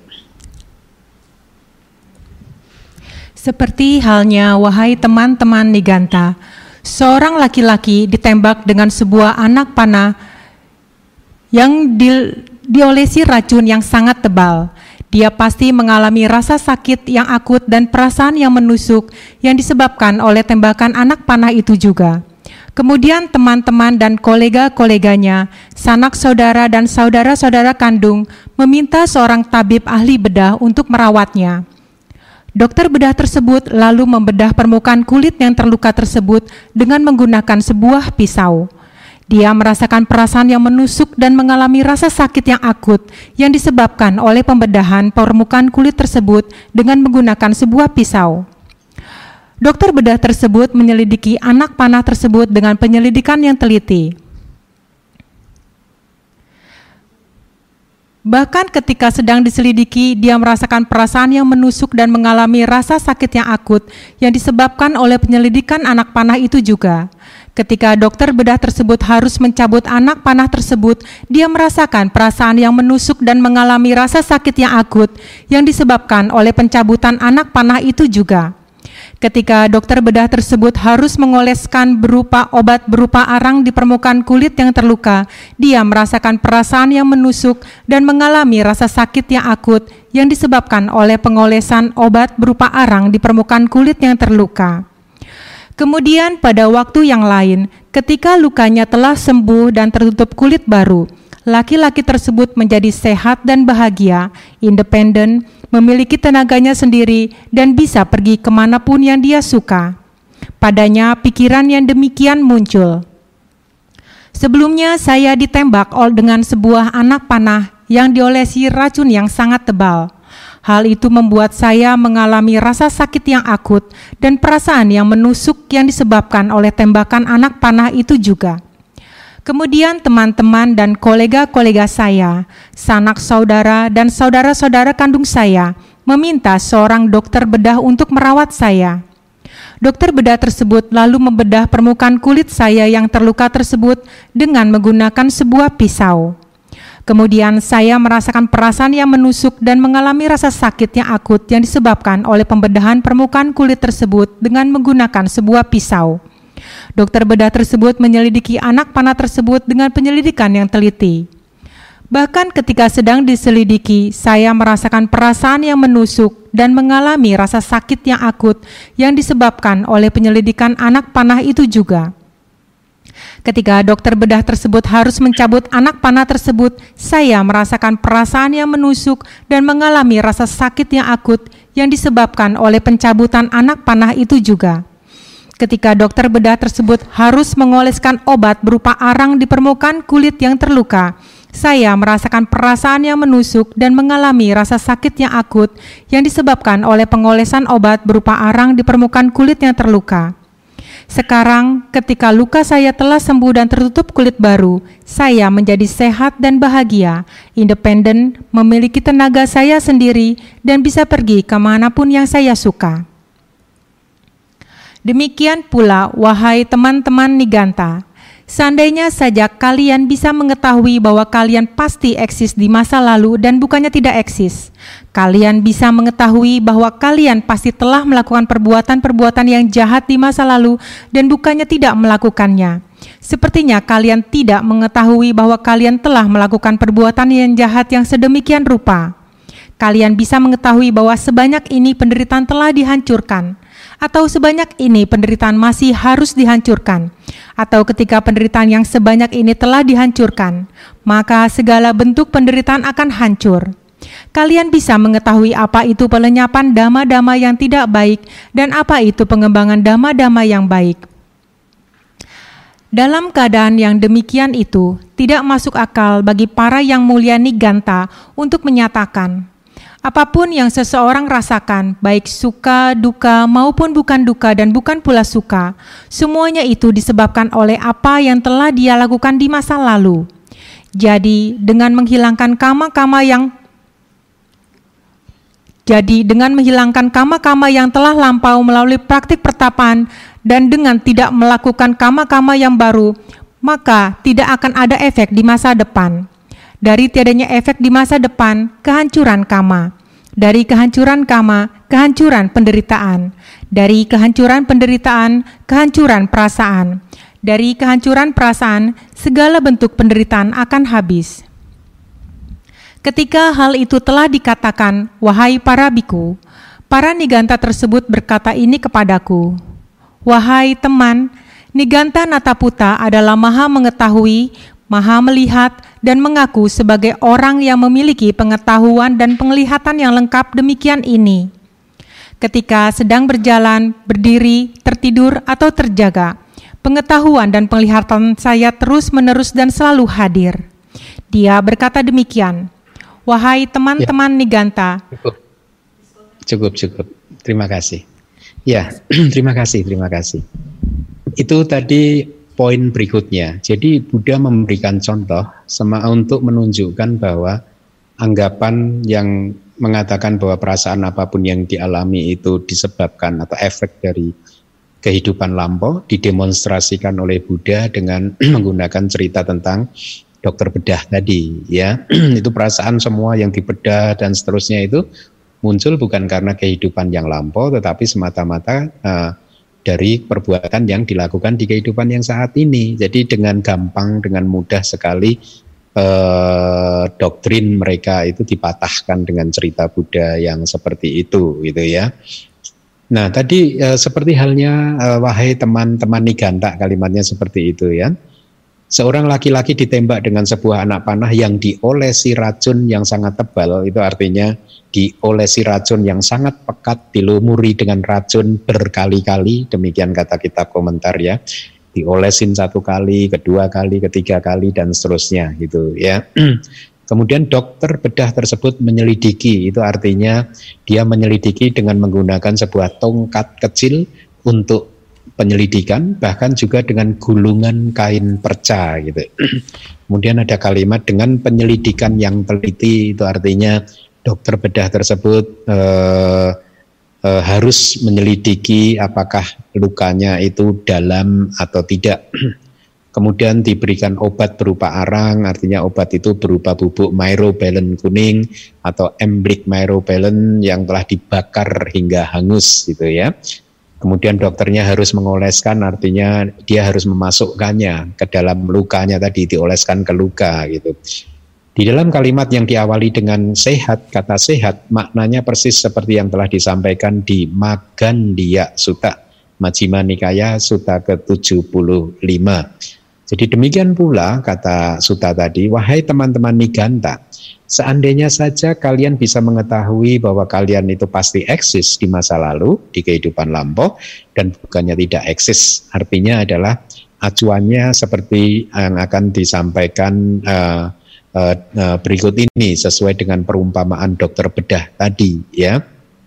Seperti halnya wahai teman-teman Niganta, seorang laki-laki ditembak dengan sebuah anak panah yang di, diolesi racun yang sangat tebal. Dia pasti mengalami rasa sakit yang akut dan perasaan yang menusuk yang disebabkan oleh tembakan anak panah itu juga. Kemudian teman-teman dan kolega-koleganya, sanak saudara dan saudara-saudara kandung meminta seorang tabib ahli bedah untuk merawatnya. Dokter bedah tersebut lalu membedah permukaan kulit yang terluka tersebut dengan menggunakan sebuah pisau. Dia merasakan perasaan yang menusuk dan mengalami rasa sakit yang akut yang disebabkan oleh pembedahan permukaan kulit tersebut dengan menggunakan sebuah pisau. Dokter bedah tersebut menyelidiki anak panah tersebut dengan penyelidikan yang teliti. Bahkan ketika sedang diselidiki, dia merasakan perasaan yang menusuk dan mengalami rasa sakit yang akut yang disebabkan oleh penyelidikan anak panah itu juga. Ketika dokter bedah tersebut harus mencabut anak panah tersebut, dia merasakan perasaan yang menusuk dan mengalami rasa sakit yang akut yang disebabkan oleh pencabutan anak panah itu juga. Ketika dokter bedah tersebut harus mengoleskan berupa obat berupa arang di permukaan kulit yang terluka, dia merasakan perasaan yang menusuk dan mengalami rasa sakit yang akut yang disebabkan oleh pengolesan obat berupa arang di permukaan kulit yang terluka. Kemudian pada waktu yang lain, ketika lukanya telah sembuh dan tertutup kulit baru, laki-laki tersebut menjadi sehat dan bahagia, independen, memiliki tenaganya sendiri, dan bisa pergi kemanapun yang dia suka. Padanya pikiran yang demikian muncul. Sebelumnya saya ditembak dengan sebuah anak panah yang diolesi racun yang sangat tebal. Hal itu membuat saya mengalami rasa sakit yang akut dan perasaan yang menusuk yang disebabkan oleh tembakan anak panah itu juga. Kemudian teman-teman dan kolega-kolega saya, sanak saudara dan saudara-saudara kandung saya meminta seorang dokter bedah untuk merawat saya. Dokter bedah tersebut lalu membedah permukaan kulit saya yang terluka tersebut dengan menggunakan sebuah pisau. Kemudian saya merasakan perasaan yang menusuk dan mengalami rasa sakit yang akut yang disebabkan oleh pembedahan permukaan kulit tersebut dengan menggunakan sebuah pisau. Dokter bedah tersebut menyelidiki anak panah tersebut dengan penyelidikan yang teliti. Bahkan ketika sedang diselidiki, saya merasakan perasaan yang menusuk dan mengalami rasa sakit yang akut yang disebabkan oleh penyelidikan anak panah itu juga. Ketika dokter bedah tersebut harus mencabut anak panah tersebut, saya merasakan perasaan yang menusuk dan mengalami rasa sakit yang akut yang disebabkan oleh pencabutan anak panah itu juga. Ketika dokter bedah tersebut harus mengoleskan obat berupa arang di permukaan kulit yang terluka, Saya merasakan perasaan yang menusuk dan mengalami rasa sakit yang akut yang disebabkan oleh pengolesan obat berupa arang di permukaan kulit yang terluka. Sekarang, ketika luka saya telah sembuh dan tertutup kulit baru, saya menjadi sehat dan bahagia, independen, memiliki tenaga saya sendiri, dan bisa pergi kemanapun yang saya suka. Demikian pula, wahai teman-teman Niganta, seandainya saja kalian bisa mengetahui bahwa kalian pasti eksis di masa lalu dan bukannya tidak eksis, kalian bisa mengetahui bahwa kalian pasti telah melakukan perbuatan-perbuatan yang jahat di masa lalu dan bukannya tidak melakukannya. Sepertinya kalian tidak mengetahui bahwa kalian telah melakukan perbuatan yang jahat yang sedemikian rupa. Kalian bisa mengetahui bahwa sebanyak ini penderitaan telah dihancurkan, atau sebanyak ini penderitaan masih harus dihancurkan, atau ketika penderitaan yang sebanyak ini telah dihancurkan, maka segala bentuk penderitaan akan hancur. Kalian bisa mengetahui apa itu pelenyapan dhamma-dhamma yang tidak baik dan apa itu pengembangan dhamma-dhamma yang baik. Dalam keadaan yang demikian itu, tidak masuk akal bagi para yang mulia Niganta untuk menyatakan, apapun yang seseorang rasakan, baik suka, duka, maupun bukan duka dan bukan pula suka, semuanya itu disebabkan oleh apa yang telah dia lakukan di masa lalu. Jadi, dengan menghilangkan kama-kama yang Jadi, dengan menghilangkan kama-kama yang telah lampau melalui praktik pertapaan dan dengan tidak melakukan kama-kama yang baru, maka tidak akan ada efek di masa depan. Dari tiadanya efek di masa depan, kehancuran kama. Dari kehancuran kama, kehancuran penderitaan. Dari kehancuran penderitaan, kehancuran perasaan. Dari kehancuran perasaan, segala bentuk penderitaan akan habis. Ketika hal itu telah dikatakan, wahai para biku, para Niganta tersebut berkata ini kepadaku, wahai teman, Niganta Nataputa adalah maha mengetahui, maha melihat, dan mengaku sebagai orang yang memiliki pengetahuan dan penglihatan yang lengkap demikian ini. Ketika sedang berjalan, berdiri, tertidur, atau terjaga, pengetahuan dan penglihatan saya terus-menerus dan selalu hadir. Dia berkata demikian, wahai teman-teman ya. Niganta. Cukup, cukup, cukup. Terima kasih. Ya, terima kasih, terima kasih. Itu tadi poin berikutnya. Jadi Buddha memberikan contoh sama untuk menunjukkan bahwa anggapan yang mengatakan bahwa perasaan apapun yang dialami itu disebabkan atau efek dari kehidupan lampau didemonstrasikan oleh Buddha dengan menggunakan cerita tentang dokter bedah tadi, ya. Itu perasaan semua yang dibedah dan seterusnya itu muncul bukan karena kehidupan yang lampau, tetapi semata-mata uh, dari perbuatan yang dilakukan di kehidupan yang saat ini. Jadi dengan gampang, dengan mudah sekali uh, doktrin mereka itu dipatahkan dengan cerita Buddha yang seperti itu, gitu ya. Nah, tadi uh, seperti halnya uh, wahai teman-teman Niganta, kalimatnya seperti itu ya. Seorang laki-laki ditembak dengan sebuah anak panah yang diolesi racun yang sangat tebal, itu artinya diolesi racun yang sangat pekat, dilumuri dengan racun berkali-kali, demikian kata kitab komentar ya. Diolesin satu kali, kedua kali, ketiga kali, dan seterusnya gitu ya. Kemudian dokter bedah tersebut menyelidiki, itu artinya dia menyelidiki dengan menggunakan sebuah tongkat kecil untuk penyelidikan, bahkan juga dengan gulungan kain perca gitu. Kemudian ada kalimat dengan penyelidikan yang teliti, itu artinya dokter bedah tersebut eh, eh, harus menyelidiki apakah lukanya itu dalam atau tidak. Kemudian diberikan obat berupa arang, artinya obat itu berupa bubuk myrobalan kuning atau emblik myrobalan yang telah dibakar hingga hangus gitu ya. Kemudian dokternya harus mengoleskan, artinya dia harus memasukkannya ke dalam lukanya tadi, dioleskan ke luka gitu. Di dalam kalimat yang diawali dengan sehat, kata sehat, maknanya persis seperti yang telah disampaikan di Magandhya Sutta, Majjhima Nikaya Sutta ke tujuh puluh lima. Jadi demikian pula kata sutta tadi, wahai teman-teman Niganta, seandainya saja kalian bisa mengetahui bahwa kalian itu pasti eksis di masa lalu, di kehidupan lampau, dan bukannya tidak eksis. Artinya adalah acuannya seperti yang akan disampaikan uh, uh, uh, berikut ini sesuai dengan perumpamaan dokter bedah tadi, ya.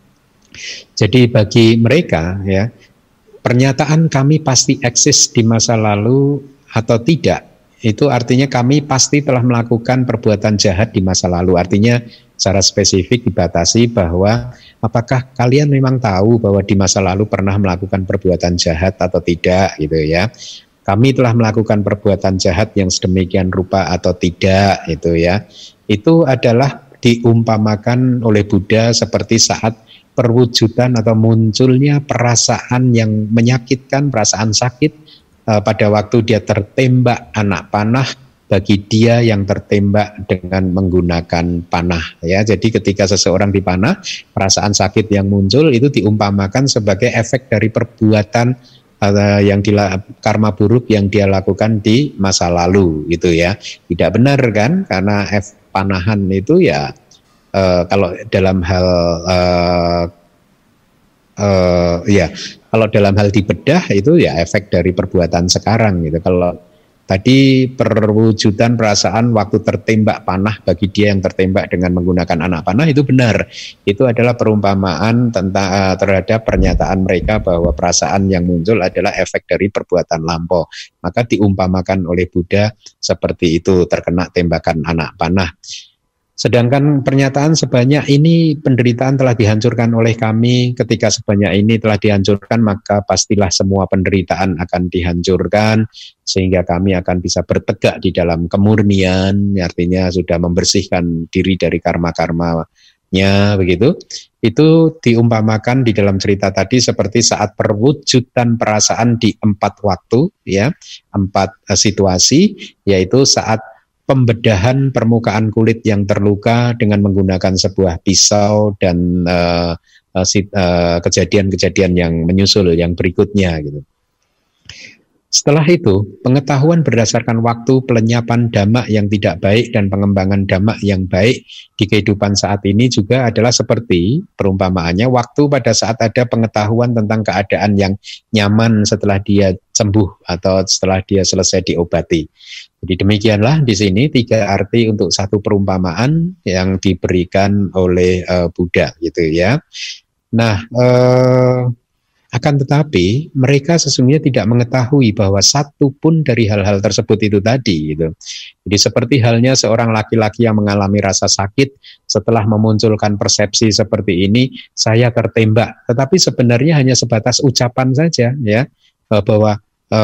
Jadi bagi mereka, ya, pernyataan kami pasti eksis di masa lalu atau tidak, itu artinya kami pasti telah melakukan perbuatan jahat di masa lalu. Artinya secara spesifik dibatasi bahwa apakah kalian memang tahu bahwa di masa lalu pernah melakukan perbuatan jahat atau tidak, gitu ya. Kami telah melakukan perbuatan jahat yang sedemikian rupa atau tidak, itu ya. Itu adalah diumpamakan oleh Buddha seperti saat perwujudan atau munculnya perasaan yang menyakitkan, perasaan sakit uh, pada waktu dia tertembak anak panah bagi dia yang tertembak dengan menggunakan panah, ya. Jadi ketika seseorang dipanah, perasaan sakit yang muncul itu diumpamakan sebagai efek dari perbuatan yang dila, karma buruk yang dia lakukan di masa lalu, gitu ya. Tidak benar kan, karena F panahan itu ya uh, kalau dalam hal uh, uh, ya kalau dalam hal dibedah itu ya efek dari perbuatan sekarang, gitu. Kalau tadi perwujudan perasaan waktu tertembak panah bagi dia yang tertembak dengan menggunakan anak panah, itu benar. Itu adalah perumpamaan tentang uh, terhadap pernyataan mereka bahwa perasaan yang muncul adalah efek dari perbuatan lampau. Maka diumpamakan oleh Buddha seperti itu, terkena tembakan anak panah. Sedangkan pernyataan sebanyak ini penderitaan telah dihancurkan oleh kami, ketika sebanyak ini telah dihancurkan maka pastilah semua penderitaan akan dihancurkan, sehingga kami akan bisa bertegak di dalam kemurnian, artinya sudah membersihkan diri dari karma-karmanya, begitu. Itu diumpamakan di dalam cerita tadi seperti saat perwujudan perasaan di empat waktu, ya, empat uh, situasi, yaitu saat pembedahan permukaan kulit yang terluka dengan menggunakan sebuah pisau dan uh, uh, uh, kejadian-kejadian yang menyusul yang berikutnya, gitu. Setelah itu, pengetahuan berdasarkan waktu, pelenyapan dhamma yang tidak baik dan pengembangan dhamma yang baik di kehidupan saat ini juga adalah seperti perumpamaannya waktu pada saat ada pengetahuan tentang keadaan yang nyaman setelah dia sembuh atau setelah dia selesai diobati. Jadi demikianlah di sini tiga arti untuk satu perumpamaan yang diberikan oleh uh, Buddha, gitu ya. Nah, uh, akan tetapi mereka sesungguhnya tidak mengetahui bahwa satu pun dari hal-hal tersebut itu tadi, gitu. Jadi seperti halnya seorang laki-laki yang mengalami rasa sakit setelah memunculkan persepsi seperti ini, saya tertembak, tetapi sebenarnya hanya sebatas ucapan saja, ya, bahwa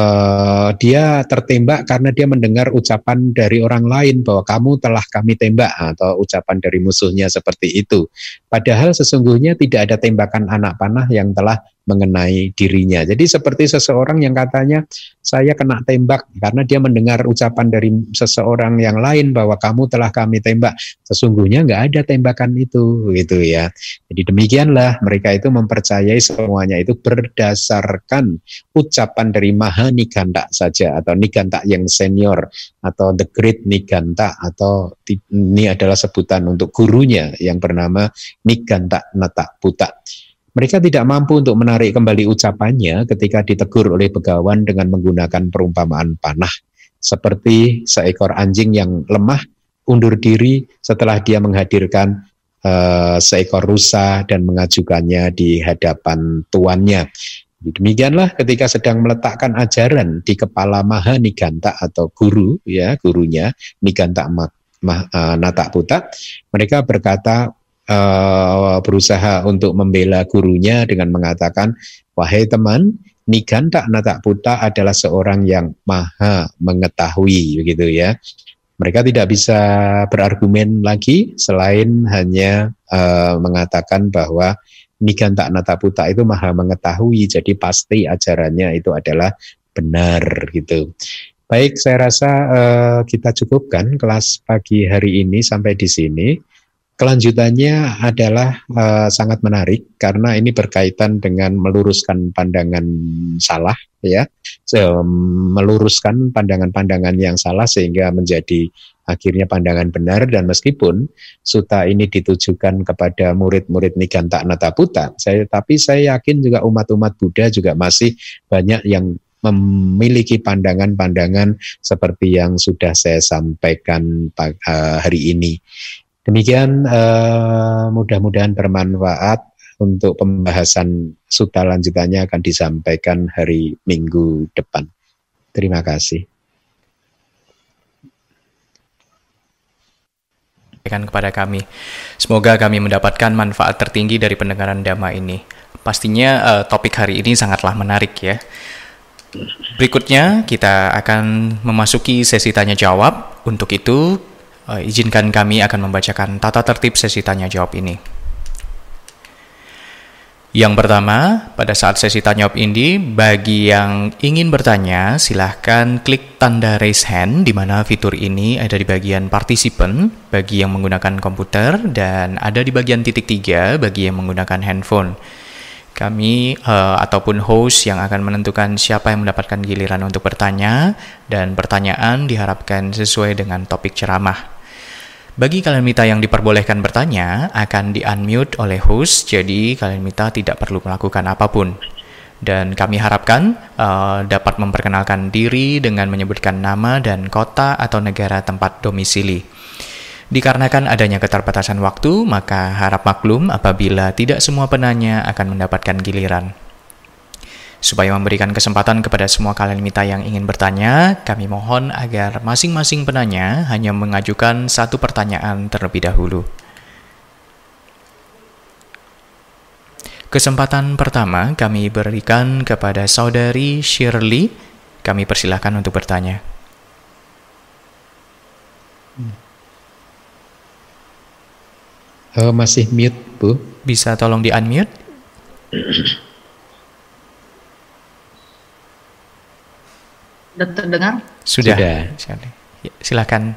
Uh, dia tertembak karena dia mendengar ucapan dari orang lain bahwa kamu telah kami tembak, atau ucapan dari musuhnya seperti itu. Padahal sesungguhnya tidak ada tembakan anak panah yang telah mengenai dirinya. Jadi seperti seseorang yang katanya saya kena tembak karena dia mendengar ucapan dari seseorang yang lain bahwa kamu telah kami tembak. Sesungguhnya nggak ada tembakan itu, gitu ya. Jadi demikianlah mereka itu mempercayai semuanya itu berdasarkan ucapan dari Maha Niganta saja, atau Niganta yang senior, atau the great Niganta, atau ini adalah sebutan untuk gurunya yang bernama Niganta Nata Puta. Mereka tidak mampu untuk menarik kembali ucapannya ketika ditegur oleh begawan dengan menggunakan perumpamaan panah, seperti seekor anjing yang lemah undur diri setelah dia menghadirkan uh, seekor rusa dan mengajukannya di hadapan tuannya. Demikianlah ketika sedang meletakkan ajaran di kepala Maha Niganta atau guru, ya, gurunya Niganta uh, Nata Puta, mereka berkata, Uh, berusaha untuk membela gurunya dengan mengatakan, wahai teman, Niganta Nata Puta adalah seorang yang maha mengetahui, begitu ya. Mereka tidak bisa berargumen lagi selain hanya uh, mengatakan bahwa Niganta Nata Puta itu maha mengetahui, jadi pasti ajarannya itu adalah benar, gitu. Baik, saya rasa uh, kita cukupkan kelas pagi hari ini sampai di sini. Kelanjutannya adalah uh, sangat menarik karena ini berkaitan dengan meluruskan pandangan salah, ya, so, meluruskan pandangan-pandangan yang salah sehingga menjadi akhirnya pandangan benar. Dan meskipun sutta ini ditujukan kepada murid-murid Niganta Nata Puta, saya, tapi saya yakin juga umat-umat Buddha juga masih banyak yang memiliki pandangan-pandangan seperti yang sudah saya sampaikan hari ini. Demikian, uh, mudah-mudahan bermanfaat. Untuk pembahasan sutta lanjutannya akan disampaikan hari Minggu depan. Terima kasih. Kepada kami, semoga kami mendapatkan manfaat tertinggi dari pendengaran Dhamma ini. Pastinya uh, topik hari ini sangatlah menarik ya. Berikutnya kita akan memasuki sesi tanya jawab. Untuk itu uh, izinkan kami akan membacakan tata tertib sesi tanya jawab ini. Yang pertama, pada saat sesi tanya jawab ini, bagi yang ingin bertanya, silahkan klik tanda raise hand, di mana fitur ini ada di bagian participant, bagi yang menggunakan komputer, dan ada di bagian titik tiga, bagi yang menggunakan handphone. Kami uh, ataupun host yang akan menentukan siapa yang mendapatkan giliran untuk bertanya, dan pertanyaan diharapkan sesuai dengan topik ceramah. Bagi kalian mita yang diperbolehkan bertanya, akan di-unmute oleh host, jadi kalian mita tidak perlu melakukan apapun. Dan kami harapkan uh, dapat memperkenalkan diri dengan menyebutkan nama dan kota atau negara tempat domisili. Dikarenakan adanya keterbatasan waktu, maka harap maklum apabila tidak semua penanya akan mendapatkan giliran. Supaya memberikan kesempatan kepada semua kalian mita yang ingin bertanya, kami mohon agar masing-masing penanya hanya mengajukan satu pertanyaan terlebih dahulu. Kesempatan pertama kami berikan kepada saudari Shirley. Kami persilahkan untuk bertanya. Oh, masih mute, Bu. Bisa tolong di-unmute? Sudah terdengar? Sudah. Sudah. Ya, silakan.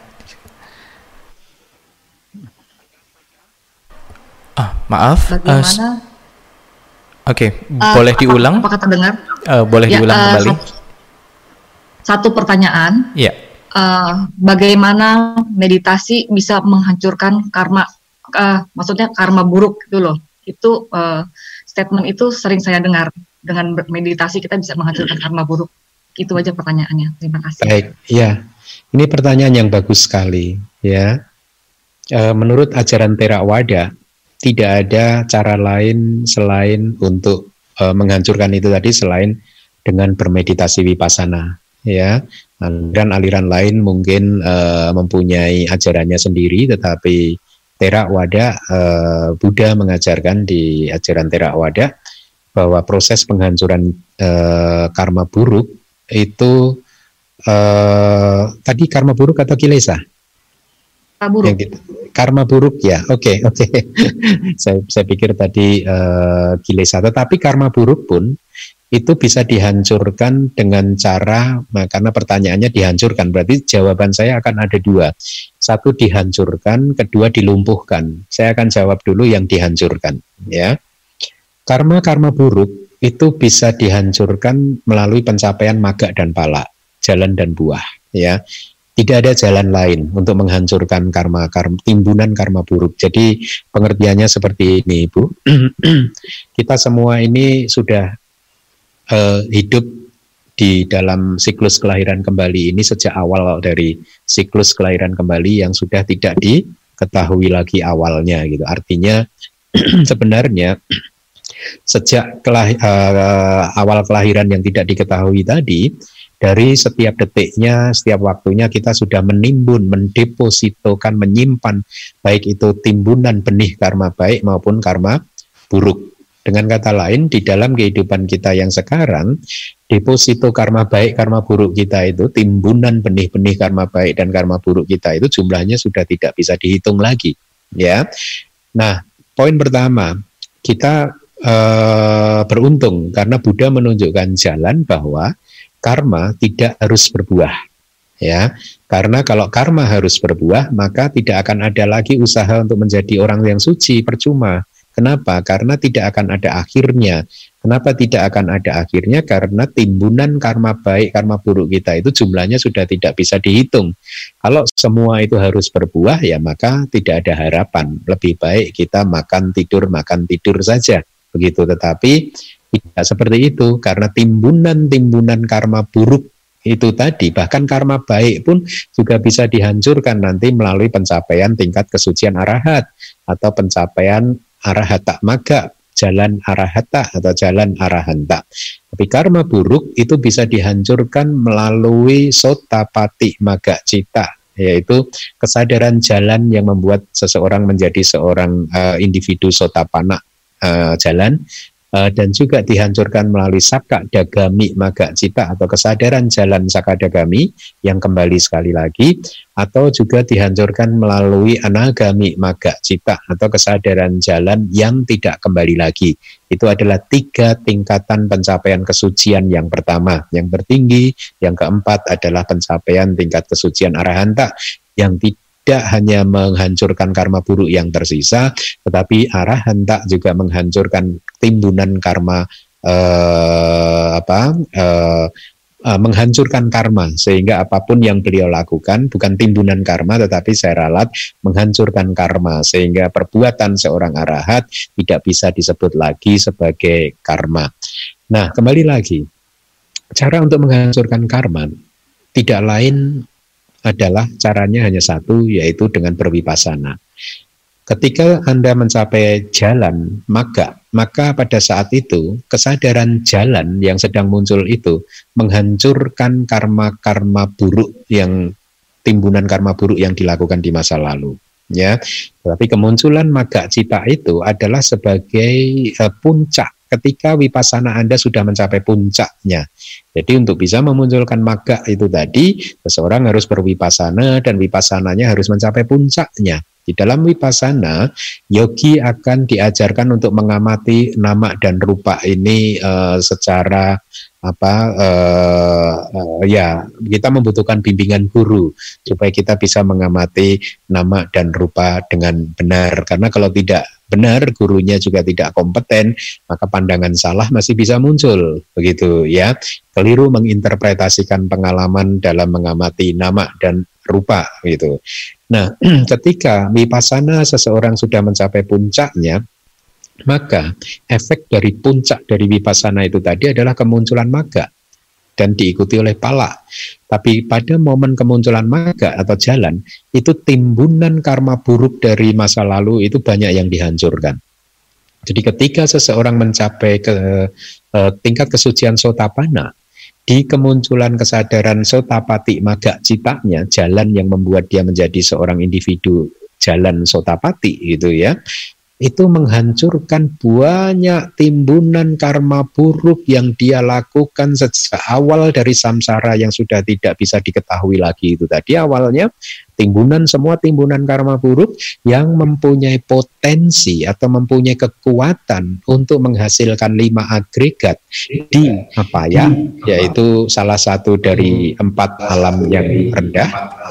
Ah, maaf. Bagaimana? Uh, Oke, okay. uh, boleh apa, diulang? Apakah terdengar? Uh, boleh ya, diulang uh, kembali. Satu, satu pertanyaan. Ya. Uh, bagaimana meditasi bisa menghancurkan karma? Uh, maksudnya karma buruk gitu loh. Itu uh, statement itu sering saya dengar. Dengan meditasi kita bisa menghancurkan karma buruk. Itu aja pertanyaannya. Terima kasih. Baik, ya. Ini pertanyaan yang bagus sekali, ya. E, menurut ajaran Theravada, tidak ada cara lain selain untuk e, menghancurkan itu tadi selain dengan bermeditasi vipassana, ya. Aliran-aliran lain mungkin e, mempunyai ajarannya sendiri, tetapi Theravada, e, Buddha mengajarkan di ajaran Theravada bahwa proses penghancuran e, karma buruk itu uh, tadi karma buruk atau kilesa? Buruk. Yang gitu. Karma buruk ya, oke okay, oke. Okay. saya, saya pikir tadi uh, kilesa, tetapi karma buruk pun itu bisa dihancurkan dengan cara, nah, karena pertanyaannya dihancurkan, berarti jawaban saya akan ada dua. Satu dihancurkan, kedua dilumpuhkan. Saya akan jawab dulu yang dihancurkan, ya. Karma-karma buruk itu bisa dihancurkan melalui pencapaian maga dan pala, jalan dan buah, ya. Tidak ada jalan lain untuk menghancurkan karma, karma timbunan karma buruk. Jadi pengertiannya seperti ini, Ibu. Kita semua ini sudah uh, hidup di dalam siklus kelahiran kembali ini sejak awal dari siklus kelahiran kembali yang sudah tidak diketahui lagi awalnya, gitu. Artinya sebenarnya sejak kelah, uh, awal kelahiran yang tidak diketahui tadi, dari setiap detiknya, setiap waktunya kita sudah menimbun, mendepositokan, menyimpan, baik itu timbunan benih karma baik maupun karma buruk. Dengan kata lain, di dalam kehidupan kita yang sekarang, deposito karma baik, karma buruk kita itu, timbunan benih-benih karma baik dan karma buruk kita itu jumlahnya sudah tidak bisa dihitung lagi. Ya, nah poin pertama, kita Uh, beruntung karena Buddha menunjukkan jalan bahwa karma tidak harus berbuah, ya. Karena kalau karma harus berbuah, maka tidak akan ada lagi usaha untuk menjadi orang yang suci, percuma. Kenapa? Karena tidak akan ada akhirnya. Kenapa tidak akan ada akhirnya? Karena timbunan karma baik, karma buruk kita itu jumlahnya sudah tidak bisa dihitung. Kalau semua itu harus berbuah, ya maka tidak ada harapan. Lebih baik kita makan tidur, makan tidur saja. Begitu. Tetapi Tidak seperti itu, karena timbunan-timbunan karma buruk itu tadi, bahkan karma baik pun juga bisa dihancurkan nanti melalui pencapaian tingkat kesucian arahat atau pencapaian arahata magga, jalan arahata atau jalan arahanta. Tapi karma buruk itu bisa dihancurkan melalui sotapati magga cita, yaitu kesadaran jalan yang membuat seseorang menjadi seorang uh, individu sotapana uh, jalan, uh, dan juga dihancurkan melalui sakka dagami magga cita atau kesadaran jalan sakka dagami yang kembali sekali lagi, atau juga dihancurkan melalui anagami magga cita atau kesadaran jalan yang tidak kembali lagi. Itu adalah tiga tingkatan pencapaian kesucian yang pertama, yang tertinggi. Yang keempat adalah pencapaian tingkat kesucian arahanta yang tidak hanya menghancurkan karma buruk yang tersisa, tetapi arahanta juga menghancurkan timbunan karma eh, apa eh, Uh, menghancurkan karma, sehingga apapun yang beliau lakukan bukan timbunan karma, tetapi saya ralat menghancurkan karma, sehingga perbuatan seorang arahat tidak bisa disebut lagi sebagai karma. Nah, kembali lagi, cara untuk menghancurkan karma tidak lain adalah caranya hanya satu, yaitu dengan berwipasana. Ketika Anda mencapai jalan magga, maka pada saat itu kesadaran jalan yang sedang muncul itu menghancurkan karma-karma buruk yang timbunan karma buruk yang dilakukan di masa lalu. Ya, tapi kemunculan magga cita itu adalah sebagai uh, puncak ketika wipasana Anda sudah mencapai puncaknya. Jadi untuk bisa memunculkan magga itu tadi, seseorang harus berwipasana dan wipasananya harus mencapai puncaknya. Di dalam wipasana, yogi akan diajarkan untuk mengamati nama dan rupa ini uh, secara apa uh, uh, ya kita membutuhkan bimbingan guru supaya kita bisa mengamati nama dan rupa dengan benar, karena kalau tidak benar, gurunya juga tidak kompeten, maka pandangan salah masih bisa muncul, begitu ya. Keliru menginterpretasikan pengalaman dalam mengamati nama dan rupa, gitu. Nah, ketika wipasana seseorang sudah mencapai puncaknya, maka efek dari puncak dari wipasana itu tadi adalah kemunculan magga dan diikuti oleh pala. Tapi pada momen kemunculan magga atau jalan, itu timbunan karma buruk dari masa lalu itu banyak yang dihancurkan. Jadi ketika seseorang mencapai ke eh, tingkat kesucian sotapana, di kemunculan kesadaran sotapati magga citanya, jalan yang membuat dia menjadi seorang individu jalan sotapati gitu ya, itu menghancurkan banyak timbunan karma buruk yang dia lakukan sejak awal dari samsara yang sudah tidak bisa diketahui lagi itu tadi. Awalnya timbunan, semua timbunan karma buruk yang mempunyai potensi atau mempunyai kekuatan untuk menghasilkan lima agregat di apa ya, yaitu salah satu dari empat alam yang rendah.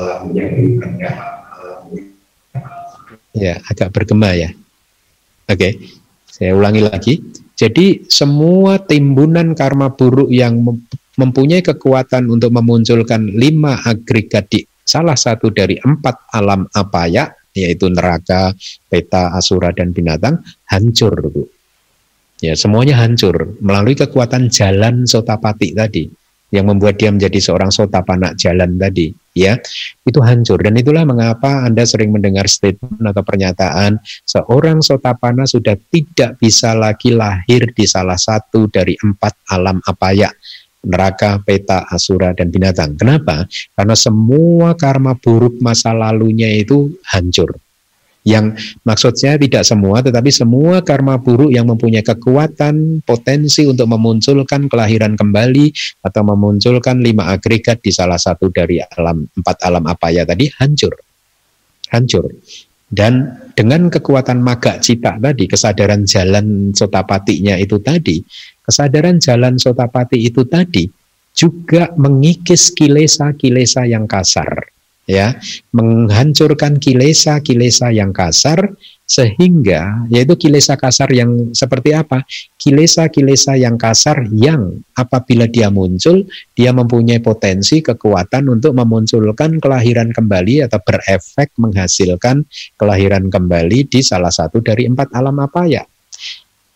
Ya, agak bergema ya. Oke, okay, saya ulangi lagi. Jadi semua timbunan karma buruk yang mempunyai kekuatan untuk memunculkan lima agregat di salah satu dari empat alam apaya, yaitu neraka, peta, asura, dan binatang, hancur, Bu. Ya, semuanya hancur melalui kekuatan jalan sotapati tadi, yang membuat dia menjadi seorang sotapana jalan tadi, ya, itu hancur. Dan itulah mengapa Anda sering mendengar statement atau pernyataan seorang sotapana sudah tidak bisa lagi lahir di salah satu dari empat alam apaya, neraka, peta, asura, dan binatang. Kenapa? Karena semua karma buruk masa lalunya itu hancur. Yang maksudnya tidak semua, tetapi semua karma buruk yang mempunyai kekuatan, potensi untuk memunculkan kelahiran kembali atau memunculkan lima agregat di salah satu dari alam empat alam apaya tadi hancur, hancur. Dan dengan kekuatan magga cita tadi, kesadaran jalan sotapatinya itu tadi, kesadaran jalan sotapati itu tadi juga mengikis kilesa-kilesa yang kasar. Ya, menghancurkan kilesa-kilesa yang kasar, sehingga yaitu kilesa kasar yang seperti apa? Kilesa-kilesa yang kasar yang apabila dia muncul, dia mempunyai potensi kekuatan untuk memunculkan kelahiran kembali atau berefek menghasilkan kelahiran kembali di salah satu dari empat alam apaya.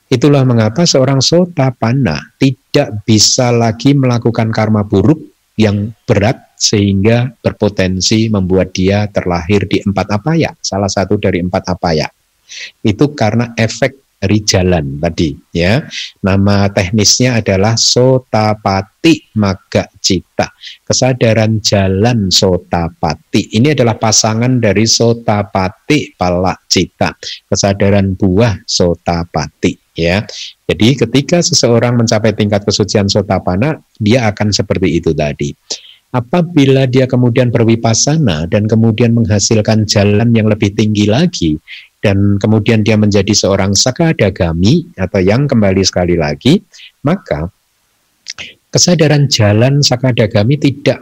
Itulah mengapa seorang Sotapanna tidak bisa lagi melakukan karma buruk yang berat sehingga berpotensi membuat dia terlahir di empat apaya, salah satu dari empat apaya. Itu karena efek dari jalan tadi, ya. Nama teknisnya adalah Sotapati Magga Citta, kesadaran jalan Sotapati. Ini adalah pasangan dari Sotapati Palak Citta, kesadaran buah Sotapati, ya. Jadi ketika seseorang mencapai tingkat kesucian Sotapanna, dia akan seperti itu tadi. Apabila dia kemudian berwipasana dan kemudian menghasilkan jalan yang lebih tinggi lagi, dan kemudian dia menjadi seorang sakadagami atau yang kembali sekali lagi, maka kesadaran jalan sakadagami tidak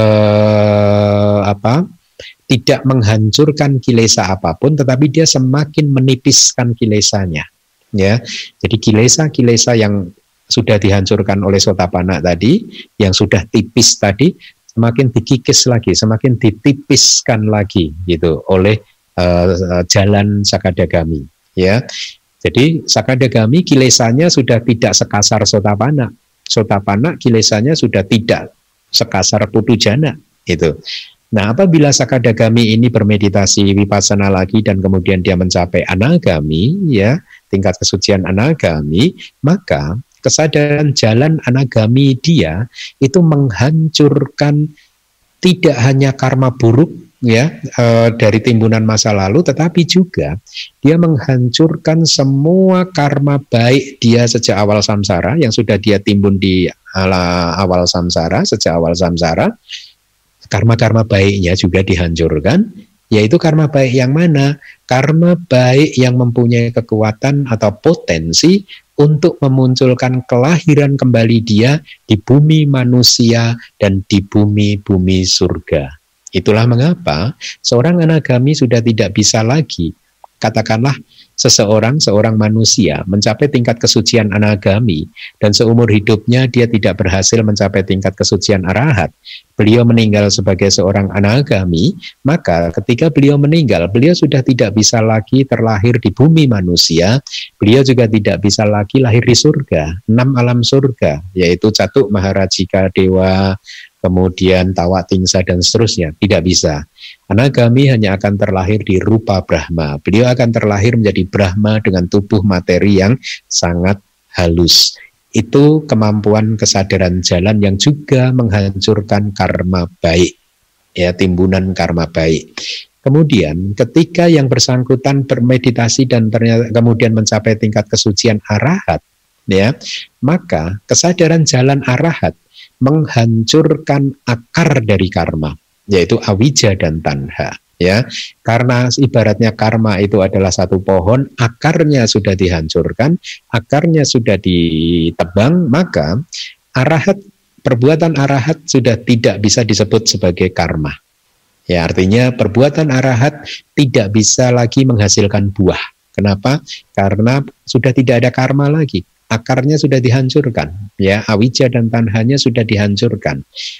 eh, apa tidak menghancurkan kilesa apapun, tetapi dia semakin menipiskan kilesanya, ya. Jadi kilesa-kilesa yang sudah dihancurkan oleh Sotapanna tadi, yang sudah tipis tadi, semakin dikikis lagi, semakin ditipiskan lagi gitu oleh Uh, jalan sakadagami, ya. Jadi sakadagami kilesanya sudah tidak sekasar Sotapanna. Sotapanna kilesanya sudah tidak sekasar Putujana, itu. Nah, apabila sakadagami ini bermeditasi vipassana lagi dan kemudian dia mencapai anagami, ya, tingkat kesucian anagami, maka kesadaran jalan anagami dia itu menghancurkan tidak hanya karma buruk, ya, e, dari timbunan masa lalu, tetapi juga dia menghancurkan semua karma baik dia sejak awal samsara yang sudah dia timbun di ala awal samsara, sejak awal samsara. Karma-karma baiknya juga dihancurkan, yaitu karma baik yang mana? Karma baik yang mempunyai kekuatan atau potensi untuk memunculkan kelahiran kembali dia di bumi manusia dan di bumi-bumi surga. Itulah mengapa seorang anagami sudah tidak bisa lagi, katakanlah seseorang, seorang manusia mencapai tingkat kesucian anagami dan seumur hidupnya dia tidak berhasil mencapai tingkat kesucian arahat. Beliau meninggal sebagai seorang anagami, maka ketika beliau meninggal, beliau sudah tidak bisa lagi terlahir di bumi manusia, beliau juga tidak bisa lagi lahir di surga, enam alam surga, yaitu Catuk Maharajika Dewa, kemudian Tawa Tingsa dan seterusnya, tidak bisa. Anagami hanya akan terlahir di rupa Brahma. Beliau akan terlahir menjadi Brahma dengan tubuh materi yang sangat halus. Itu kemampuan kesadaran jalan yang juga menghancurkan karma baik, ya, timbunan karma baik. Kemudian ketika yang bersangkutan bermeditasi dan ternyata kemudian mencapai tingkat kesucian arahat, ya, maka kesadaran jalan arahat menghancurkan akar dari karma, yaitu awija dan tanha, ya. Karena ibaratnya karma itu adalah satu pohon, akarnya sudah dihancurkan, akarnya sudah ditebang, maka arahat, perbuatan arahat sudah tidak bisa disebut sebagai karma. Ya, artinya perbuatan arahat tidak bisa lagi menghasilkan buah. Kenapa? Karena sudah tidak ada karma lagi. Akarnya sudah dihancurkan, ya, awija dan tanhanya sudah dihancurkan.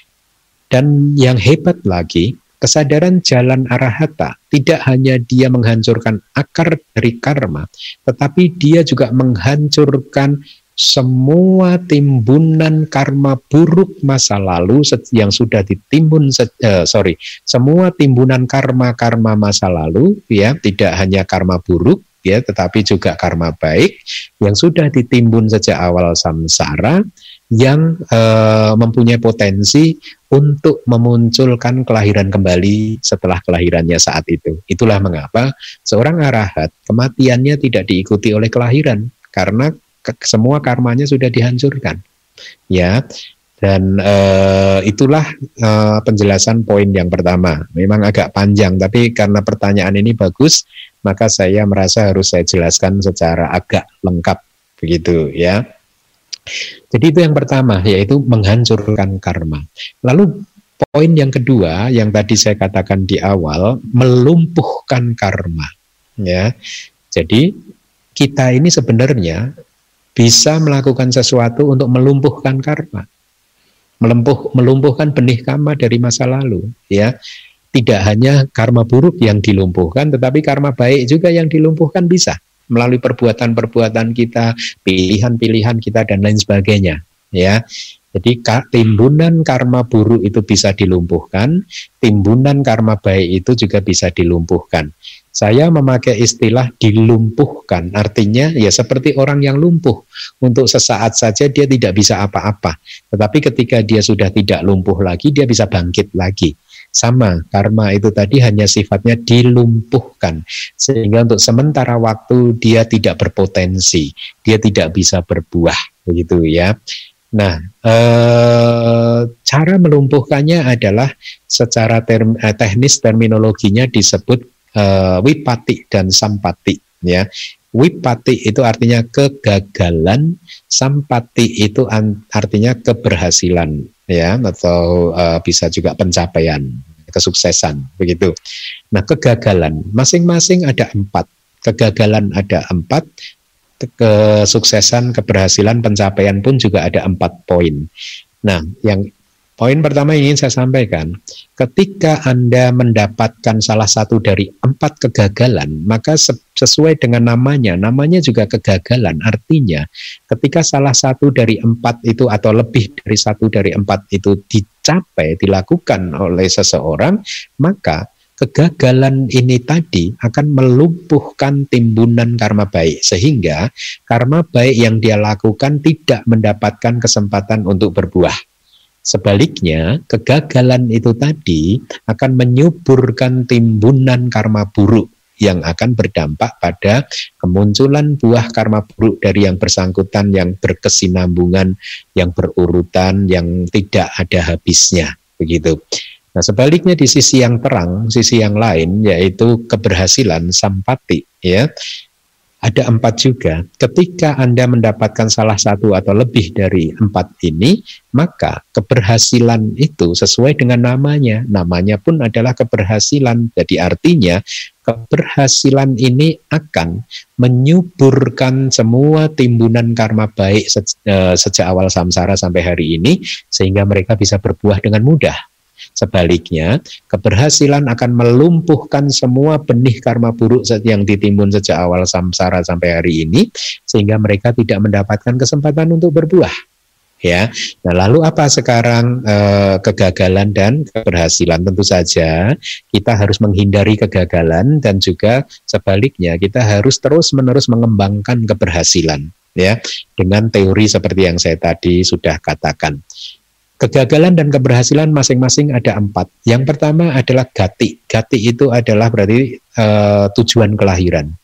Dan yang hebat lagi, kesadaran jalan arahata tidak hanya dia menghancurkan akar dari karma, tetapi dia juga menghancurkan semua timbunan karma buruk masa lalu yang sudah ditimbun, uh, sorry, semua timbunan karma-karma masa lalu, ya, tidak hanya karma buruk, ya, tetapi juga karma baik yang sudah ditimbun sejak awal samsara, yang e, mempunyai potensi untuk memunculkan kelahiran kembali setelah kelahirannya saat itu. Itulah mengapa seorang arahat kematiannya tidak diikuti oleh kelahiran, karena ke, semua karmanya sudah dihancurkan, ya. Dan e, itulah e, penjelasan poin yang pertama. Memang agak panjang, tapi karena pertanyaan ini bagus, maka saya merasa harus saya jelaskan secara agak lengkap, begitu, ya. Jadi itu yang pertama, yaitu menghancurkan karma. Lalu poin yang kedua yang tadi saya katakan di awal, melumpuhkan karma, ya. Jadi kita ini sebenarnya bisa melakukan sesuatu untuk melumpuhkan karma. Melumpuh, melumpuhkan benih karma dari masa lalu, ya. Tidak hanya karma buruk yang dilumpuhkan, tetapi karma baik juga yang dilumpuhkan bisa. melalui perbuatan-perbuatan kita, pilihan-pilihan kita dan lain sebagainya, ya. Jadi timbunan karma buruk itu bisa dilumpuhkan, timbunan karma baik itu juga bisa dilumpuhkan. Saya memakai istilah dilumpuhkan, artinya ya seperti orang yang lumpuh. Untuk sesaat saja dia tidak bisa apa-apa, tetapi ketika dia sudah tidak lumpuh lagi, dia bisa bangkit lagi. Sama, karma itu tadi hanya sifatnya dilumpuhkan, sehingga untuk sementara waktu dia tidak berpotensi, dia tidak bisa berbuah, begitu ya. Nah, eh, cara melumpuhkannya adalah secara term, eh, teknis terminologinya disebut eh, wipati dan sampati, ya. Wipati itu artinya kegagalan, sampati itu artinya keberhasilan, ya, atau uh, bisa juga pencapaian, kesuksesan, begitu. Nah, kegagalan masing-masing ada empat, kegagalan ada empat, kesuksesan, keberhasilan, pencapaian pun juga ada empat poin. Nah, yang poin pertama ingin saya sampaikan, ketika Anda mendapatkan salah satu dari empat kegagalan, maka sesuai dengan namanya, namanya juga kegagalan. Artinya, ketika salah satu dari empat itu atau lebih dari satu dari empat itu dicapai, dilakukan oleh seseorang, maka kegagalan ini tadi akan melumpuhkan timbunan karma baik, sehingga karma baik yang dia lakukan tidak mendapatkan kesempatan untuk berbuah. Sebaliknya, kegagalan itu tadi akan menyuburkan timbunan karma buruk yang akan berdampak pada kemunculan buah karma buruk dari yang bersangkutan, yang berkesinambungan, yang berurutan, yang tidak ada habisnya, begitu. Nah, sebaliknya di sisi yang terang, sisi yang lain, yaitu keberhasilan sampati, ya. Ada empat juga. Ketika Anda mendapatkan salah satu atau lebih dari empat ini, maka keberhasilan itu sesuai dengan namanya. Namanya pun adalah keberhasilan. Jadi artinya keberhasilan ini akan menyuburkan semua timbunan karma baik sejak awal samsara sampai hari ini, sehingga mereka bisa berbuah dengan mudah. Sebaliknya, keberhasilan akan melumpuhkan semua benih karma buruk yang ditimbun sejak awal samsara sampai hari ini, sehingga mereka tidak mendapatkan kesempatan untuk berbuah. Ya, nah lalu apa sekarang eh, kegagalan dan keberhasilan? Tentu saja kita harus menghindari kegagalan, dan juga sebaliknya kita harus terus-menerus mengembangkan keberhasilan, ya, dengan teori seperti yang saya tadi sudah katakan. Kegagalan dan keberhasilan masing-masing ada empat. Yang pertama adalah gati. Gati itu adalah berarti uh, tujuan kelahiran.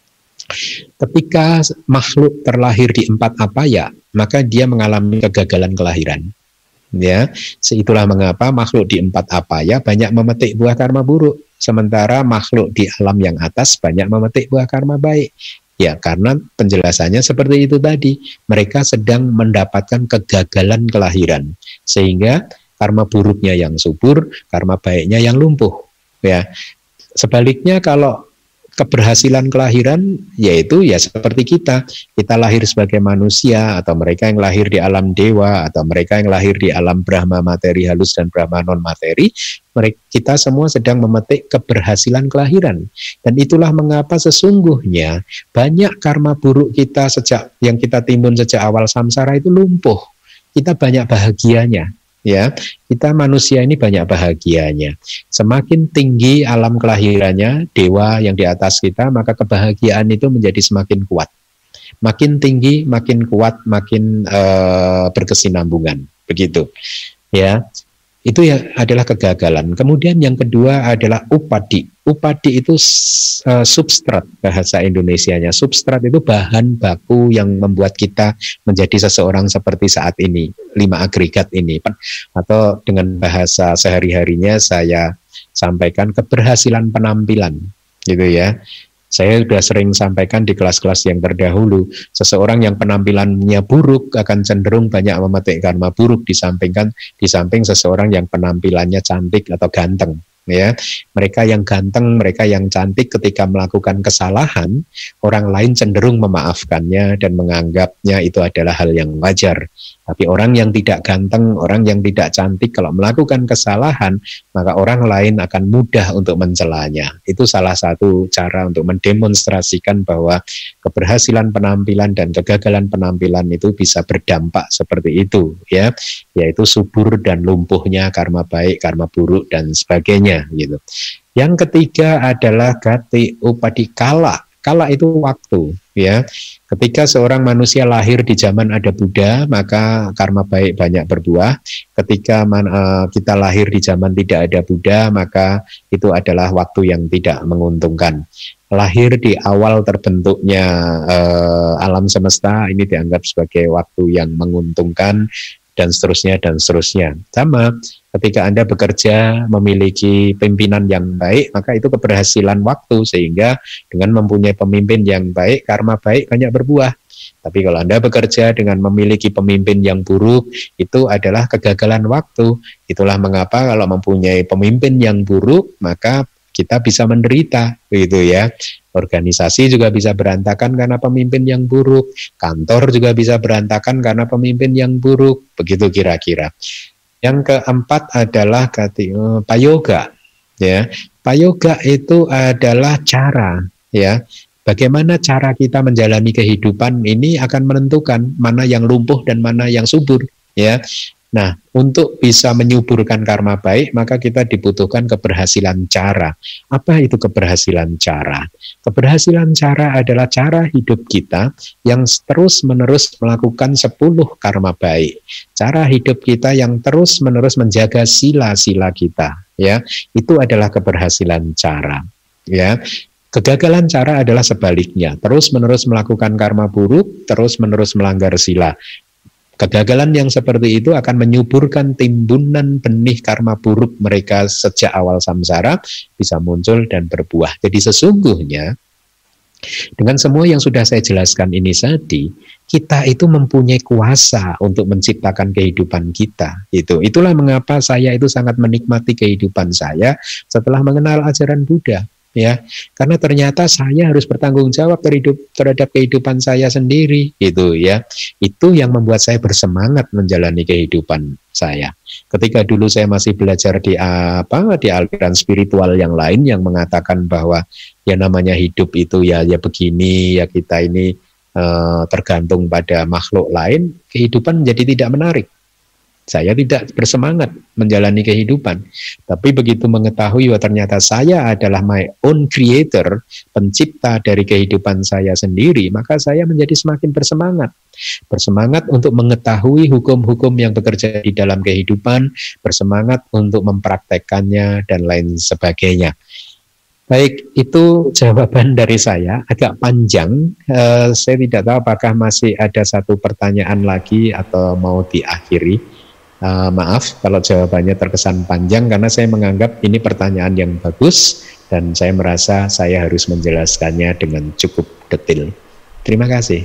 Ketika makhluk terlahir di empat apaya, maka dia mengalami kegagalan kelahiran. Ya, itulah mengapa makhluk di empat apaya banyak memetik buah karma buruk, sementara makhluk di alam yang atas banyak memetik buah karma baik. Ya, karena penjelasannya seperti itu tadi. Mereka sedang mendapatkan kegagalan kelahiran, sehingga karma buruknya yang subur, karma baiknya yang lumpuh. Ya, sebaliknya kalau keberhasilan kelahiran, yaitu ya seperti kita, kita lahir sebagai manusia, atau mereka yang lahir di alam dewa, atau mereka yang lahir di alam Brahma materi halus dan Brahma non materi, kita semua sedang memetik keberhasilan kelahiran. Dan itulah mengapa sesungguhnya banyak karma buruk kita sejak yang kita timbun sejak awal samsara itu lumpuh. Kita banyak bahagianya. Ya, kita manusia ini banyak bahagianya. Semakin tinggi alam kelahirannya, dewa yang di atas kita, maka kebahagiaan itu menjadi semakin kuat. Makin tinggi, makin kuat, makin uh, berkesinambungan. Begitu. Ya, itu ya adalah kegagalan. Kemudian yang kedua adalah upadi. Upadi itu uh, substrat, bahasa Indonesianya. Substrat itu bahan baku yang membuat kita menjadi seseorang seperti saat ini, lima agregat ini. Atau dengan bahasa sehari-harinya saya sampaikan keberhasilan penampilan, gitu ya. Saya sudah sering sampaikan di kelas-kelas yang terdahulu, seseorang yang penampilannya buruk akan cenderung banyak memetik karma buruk, disampingkan di samping seseorang yang penampilannya cantik atau ganteng. ya. Mereka yang ganteng, mereka yang cantik ketika melakukan kesalahan, orang lain cenderung memaafkannya dan menganggapnya itu adalah hal yang wajar. Tapi orang yang tidak ganteng, orang yang tidak cantik, kalau melakukan kesalahan, maka orang lain akan mudah untuk mencelanya. Itu salah satu cara untuk mendemonstrasikan bahwa keberhasilan penampilan dan kegagalan penampilan itu bisa berdampak seperti itu, ya, yaitu subur dan lumpuhnya karma baik, karma buruk dan sebagainya, gitu. Yang ketiga adalah gati upadikala. Kala itu waktu, ya. Ketika seorang manusia lahir di zaman ada Buddha, maka karma baik banyak berbuah. Ketika man, uh, kita lahir di zaman tidak ada Buddha, maka itu adalah waktu yang tidak menguntungkan. Lahir di awal terbentuknya uh, alam semesta, ini dianggap sebagai waktu yang menguntungkan, dan seterusnya, dan seterusnya. Sama, ketika Anda bekerja memiliki pimpinan yang baik, maka itu keberhasilan waktu, sehingga dengan mempunyai pemimpin yang baik, karma baik banyak berbuah. Tapi kalau Anda bekerja dengan memiliki pemimpin yang buruk, itu adalah kegagalan waktu. Itulah mengapa kalau mempunyai pemimpin yang buruk, maka kita bisa menderita, begitu ya. Organisasi juga bisa berantakan karena pemimpin yang buruk, kantor juga bisa berantakan karena pemimpin yang buruk, begitu kira-kira. Yang keempat adalah kati, uh, payoga, ya. Payoga itu adalah cara, ya. Bagaimana cara kita menjalani kehidupan ini akan menentukan mana yang lumpuh dan mana yang subur, ya. Nah, untuk bisa menyuburkan karma baik, maka kita dibutuhkan keberhasilan cara. Apa itu keberhasilan cara? Keberhasilan cara adalah cara hidup kita yang terus-menerus melakukan sepuluh karma baik. Cara hidup kita yang terus-menerus menjaga sila-sila kita, ya. Itu adalah keberhasilan cara, ya. Kegagalan cara adalah sebaliknya, terus-menerus melakukan karma buruk, terus-menerus melanggar sila. Kegagalan yang seperti itu akan menyuburkan timbunan benih karma buruk mereka sejak awal samsara, bisa muncul dan berbuah. Jadi sesungguhnya, dengan semua yang sudah saya jelaskan ini tadi, kita itu mempunyai kuasa untuk menciptakan kehidupan kita. Itu, itulah mengapa saya itu sangat menikmati kehidupan saya setelah mengenal ajaran Buddha. Ya, karena ternyata saya harus bertanggung jawab terhidup, terhadap kehidupan saya sendiri, gitu ya. Itu yang membuat saya bersemangat menjalani kehidupan saya. Ketika dulu saya masih belajar di apa di aliran spiritual yang lain yang mengatakan bahwa ya namanya hidup itu ya ya begini, ya kita ini eh, tergantung pada makhluk lain, kehidupan menjadi tidak menarik. Saya tidak bersemangat menjalani kehidupan. Tapi begitu mengetahui bahwa ternyata saya adalah my own creator, pencipta dari kehidupan saya sendiri, maka saya menjadi semakin bersemangat. Bersemangat untuk mengetahui hukum-hukum yang bekerja di dalam kehidupan, bersemangat untuk mempraktekkannya, dan lain sebagainya. Baik, itu jawaban dari saya, agak panjang. Uh, saya tidak tahu apakah masih ada satu pertanyaan lagi atau mau diakhiri. Uh, maaf kalau jawabannya terkesan panjang karena saya menganggap ini pertanyaan yang bagus dan saya merasa saya harus menjelaskannya dengan cukup detail. Terima kasih.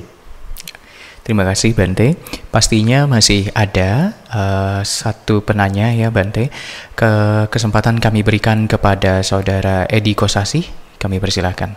Terima kasih Bante. Pastinya masih ada uh, satu penanya ya Bante. Ke kesempatan kami berikan kepada Saudara Edi Kosasi. Kami persilahkan.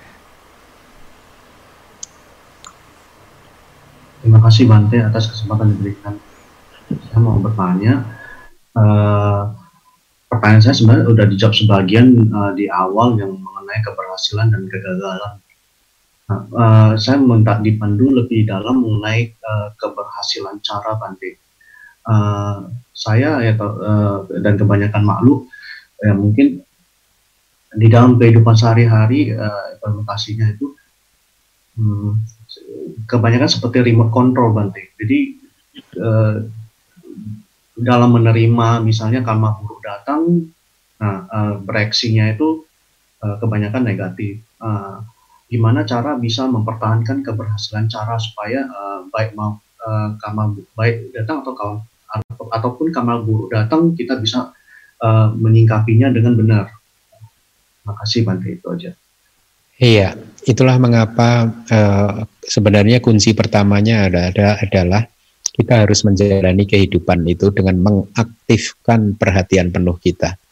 Terima kasih Bante atas kesempatan diberikan. Saya mau bertanya, uh, pertanyaan saya sebenarnya sudah dijawab sebagian uh, di awal yang mengenai keberhasilan dan kegagalan. Nah, uh, saya minta dipandu lebih dalam mengenai uh, keberhasilan cara Bante. Uh, saya ya, uh, dan kebanyakan makhluk ya, mungkin di dalam kehidupan sehari-hari uh, implementasinya itu hmm, kebanyakan seperti remote control Bante. Jadi uh, dalam menerima misalnya karma buruk datang, nah uh, bereaksinya itu uh, kebanyakan negatif. Uh, gimana cara bisa mempertahankan keberhasilan cara supaya uh, baik mau uh, karma baik datang atau kalau ataupun karma buruk datang kita bisa uh, menyingkapinya dengan benar. Makasih Bante, itu aja. Iya, itulah mengapa uh, sebenarnya kunci pertamanya ada, ada adalah kita harus menjalani kehidupan itu dengan mengaktifkan perhatian penuh kita.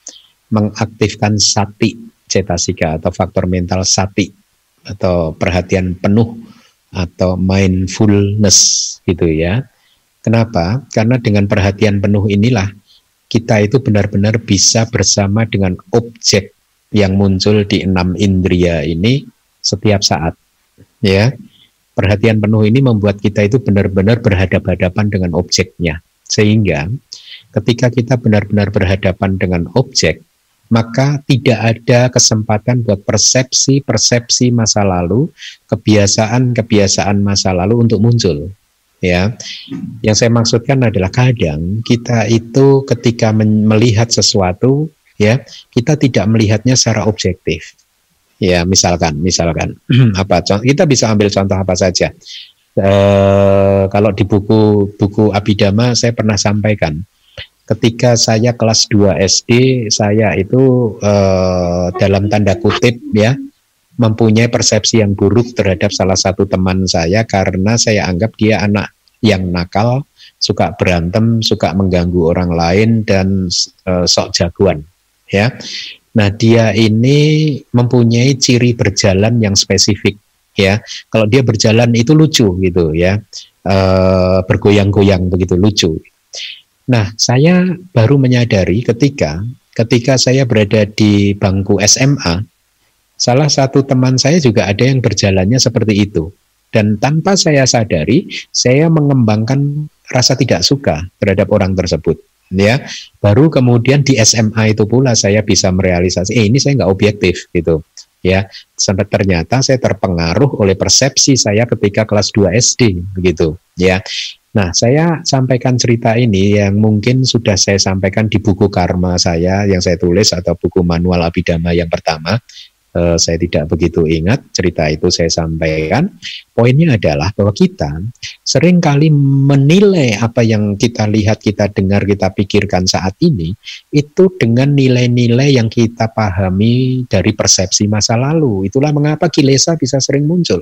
mengaktifkan sati cetasika atau faktor mental sati atau perhatian penuh atau mindfulness gitu ya. Kenapa? Karena dengan perhatian penuh inilah kita itu benar-benar bisa bersama dengan objek yang muncul di enam indria ini setiap saat. Ya, perhatian penuh ini membuat kita itu benar-benar berhadapan-hadapan dengan objeknya. Sehingga ketika kita benar-benar berhadapan dengan objek, maka tidak ada kesempatan buat persepsi-persepsi masa lalu, kebiasaan-kebiasaan masa lalu untuk muncul. Ya, yang saya maksudkan adalah kadang kita itu ketika melihat sesuatu, ya, kita tidak melihatnya secara objektif. Ya, misalkan, misalkan apa? Kita bisa ambil contoh apa saja. E, kalau di buku buku Abhidhamma saya pernah sampaikan, ketika saya kelas dua S D, saya itu e, dalam tanda kutip ya, mempunyai persepsi yang buruk terhadap salah satu teman saya karena saya anggap dia anak yang nakal, suka berantem, suka mengganggu orang lain dan e, sok jagoan, ya. Nah, dia ini mempunyai ciri berjalan yang spesifik, ya. Kalau dia berjalan itu lucu gitu, ya, e, bergoyang-goyang begitu lucu. Nah, saya baru menyadari ketika ketika saya berada di bangku S M A, salah satu teman saya juga ada yang berjalannya seperti itu. Dan tanpa saya sadari, saya mengembangkan rasa tidak suka terhadap orang tersebut. Ya, baru kemudian di S M A itu pula saya bisa merealisasi, eh ini saya nggak objektif gitu. Ya, sampai ternyata saya terpengaruh oleh persepsi saya ketika kelas dua S D begitu. Ya, nah saya sampaikan cerita ini yang mungkin sudah saya sampaikan di buku karma saya yang saya tulis atau buku manual Abhidhamma yang pertama. Uh, saya tidak begitu ingat cerita itu saya sampaikan. Poinnya adalah bahwa kita seringkali menilai apa yang kita lihat, kita dengar, kita pikirkan saat ini itu dengan nilai-nilai yang kita pahami dari persepsi masa lalu. Itulah mengapa kilesa bisa sering muncul.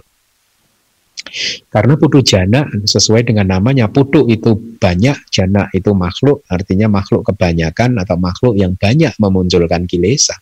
Karena putu jana sesuai dengan namanya, putu itu banyak, jana itu makhluk, artinya makhluk kebanyakan atau makhluk yang banyak memunculkan kilesa.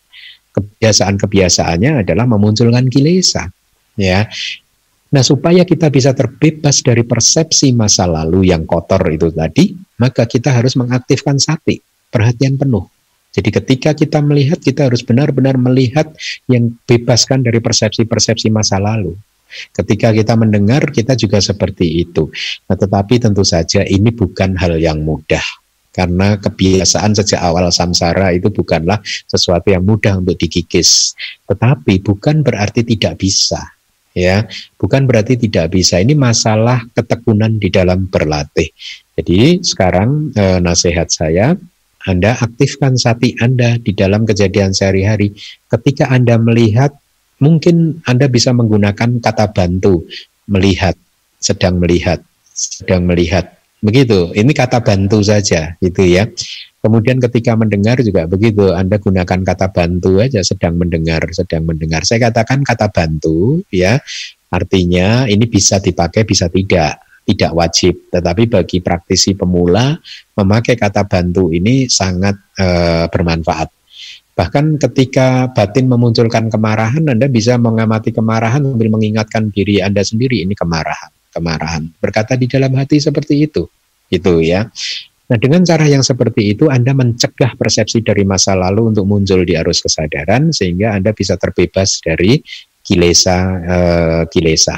Kebiasaan-kebiasaannya adalah memunculkan kilesa, ya. Nah, supaya kita bisa terbebas dari persepsi masa lalu yang kotor itu tadi, maka kita harus mengaktifkan sati, perhatian penuh. Jadi ketika kita melihat, kita harus benar-benar melihat yang bebaskan dari persepsi-persepsi masa lalu. Ketika kita mendengar, kita juga seperti itu. Nah, tetapi tentu saja ini bukan hal yang mudah. Karena kebiasaan sejak awal samsara itu bukanlah sesuatu yang mudah untuk dikikis. Tetapi bukan berarti tidak bisa. Ya, bukan berarti tidak bisa. Ini masalah ketekunan di dalam berlatih. Jadi sekarang eh, nasihat saya, Anda aktifkan sati Anda di dalam kejadian sehari-hari. Ketika Anda melihat, mungkin Anda bisa menggunakan kata bantu, melihat, sedang melihat, sedang melihat. Begitu, ini kata bantu saja, gitu ya. Kemudian ketika mendengar juga begitu, Anda gunakan kata bantu aja, sedang mendengar, sedang mendengar. Saya katakan kata bantu, ya, artinya ini bisa dipakai, bisa tidak, tidak wajib. Tetapi bagi praktisi pemula, memakai kata bantu ini sangat eh, bermanfaat. Bahkan ketika batin memunculkan kemarahan, Anda bisa mengamati kemarahan sambil mengingatkan diri Anda sendiri, ini kemarahan. Kemarahan, berkata di dalam hati seperti itu, gitu ya. Nah, dengan cara yang seperti itu Anda mencegah persepsi dari masa lalu untuk muncul di arus kesadaran sehingga Anda bisa terbebas dari kilesa eh, kilesa.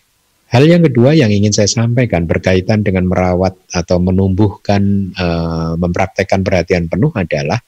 Hal yang kedua yang ingin saya sampaikan berkaitan dengan merawat atau menumbuhkan eh, mempraktekkan perhatian penuh adalah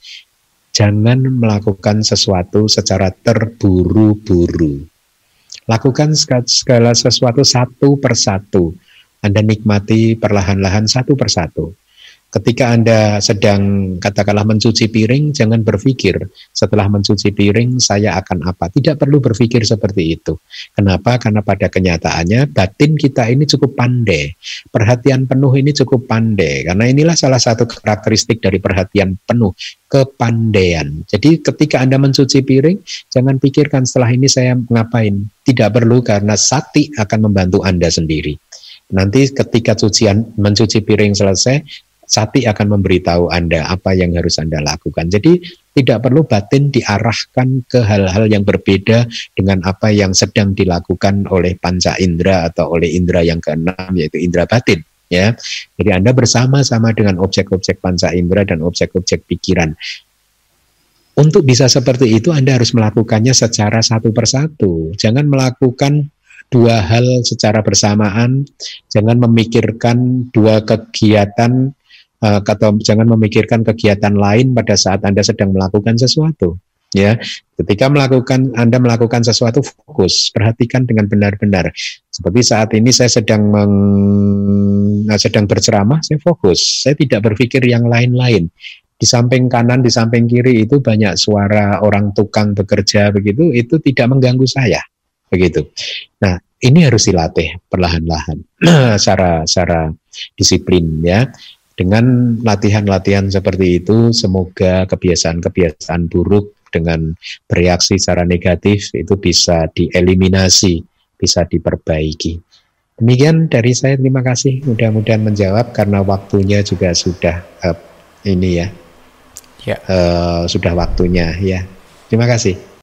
jangan melakukan sesuatu secara terburu-buru. Lakukan segala sesuatu satu persatu. Anda nikmati perlahan-lahan satu persatu. Ketika Anda sedang katakanlah mencuci piring, jangan berpikir setelah mencuci piring saya akan apa. Tidak perlu berpikir seperti itu. Kenapa? Karena pada kenyataannya batin kita ini cukup pandai. Perhatian penuh ini cukup pandai. Karena inilah salah satu karakteristik dari perhatian penuh, kepandaian. Jadi ketika Anda mencuci piring, jangan pikirkan setelah ini saya ngapain. Tidak perlu karena sati akan membantu Anda sendiri. Nanti ketika cucian mencuci piring selesai, Sati akan memberitahu Anda apa yang harus Anda lakukan. Jadi tidak perlu batin diarahkan ke hal-hal yang berbeda dengan apa yang sedang dilakukan oleh panca indera atau oleh indera yang keenam, yaitu indera batin. Ya, jadi Anda bersama-sama dengan objek-objek panca indera dan objek-objek pikiran. Untuk bisa seperti itu, Anda harus melakukannya secara satu persatu. Jangan melakukan dua hal secara bersamaan. Jangan memikirkan dua kegiatan uh, atau jangan memikirkan kegiatan lain pada saat Anda sedang melakukan sesuatu. Ya, ketika melakukan Anda melakukan sesuatu, fokus, perhatikan dengan benar-benar. Seperti saat ini saya sedang meng, sedang berceramah, saya fokus, saya tidak berpikir yang lain-lain. Di samping kanan, di samping kiri itu banyak suara orang tukang bekerja begitu, itu tidak mengganggu saya, begitu. Nah, ini harus dilatih perlahan-lahan, secara secara disiplin ya. Dengan latihan-latihan seperti itu, semoga kebiasaan-kebiasaan buruk dengan bereaksi secara negatif itu bisa dieliminasi, bisa diperbaiki. Demikian dari saya, terima kasih. Mudah-mudahan menjawab karena waktunya juga sudah uh, ini ya, ya. Uh, sudah waktunya ya. Terima kasih.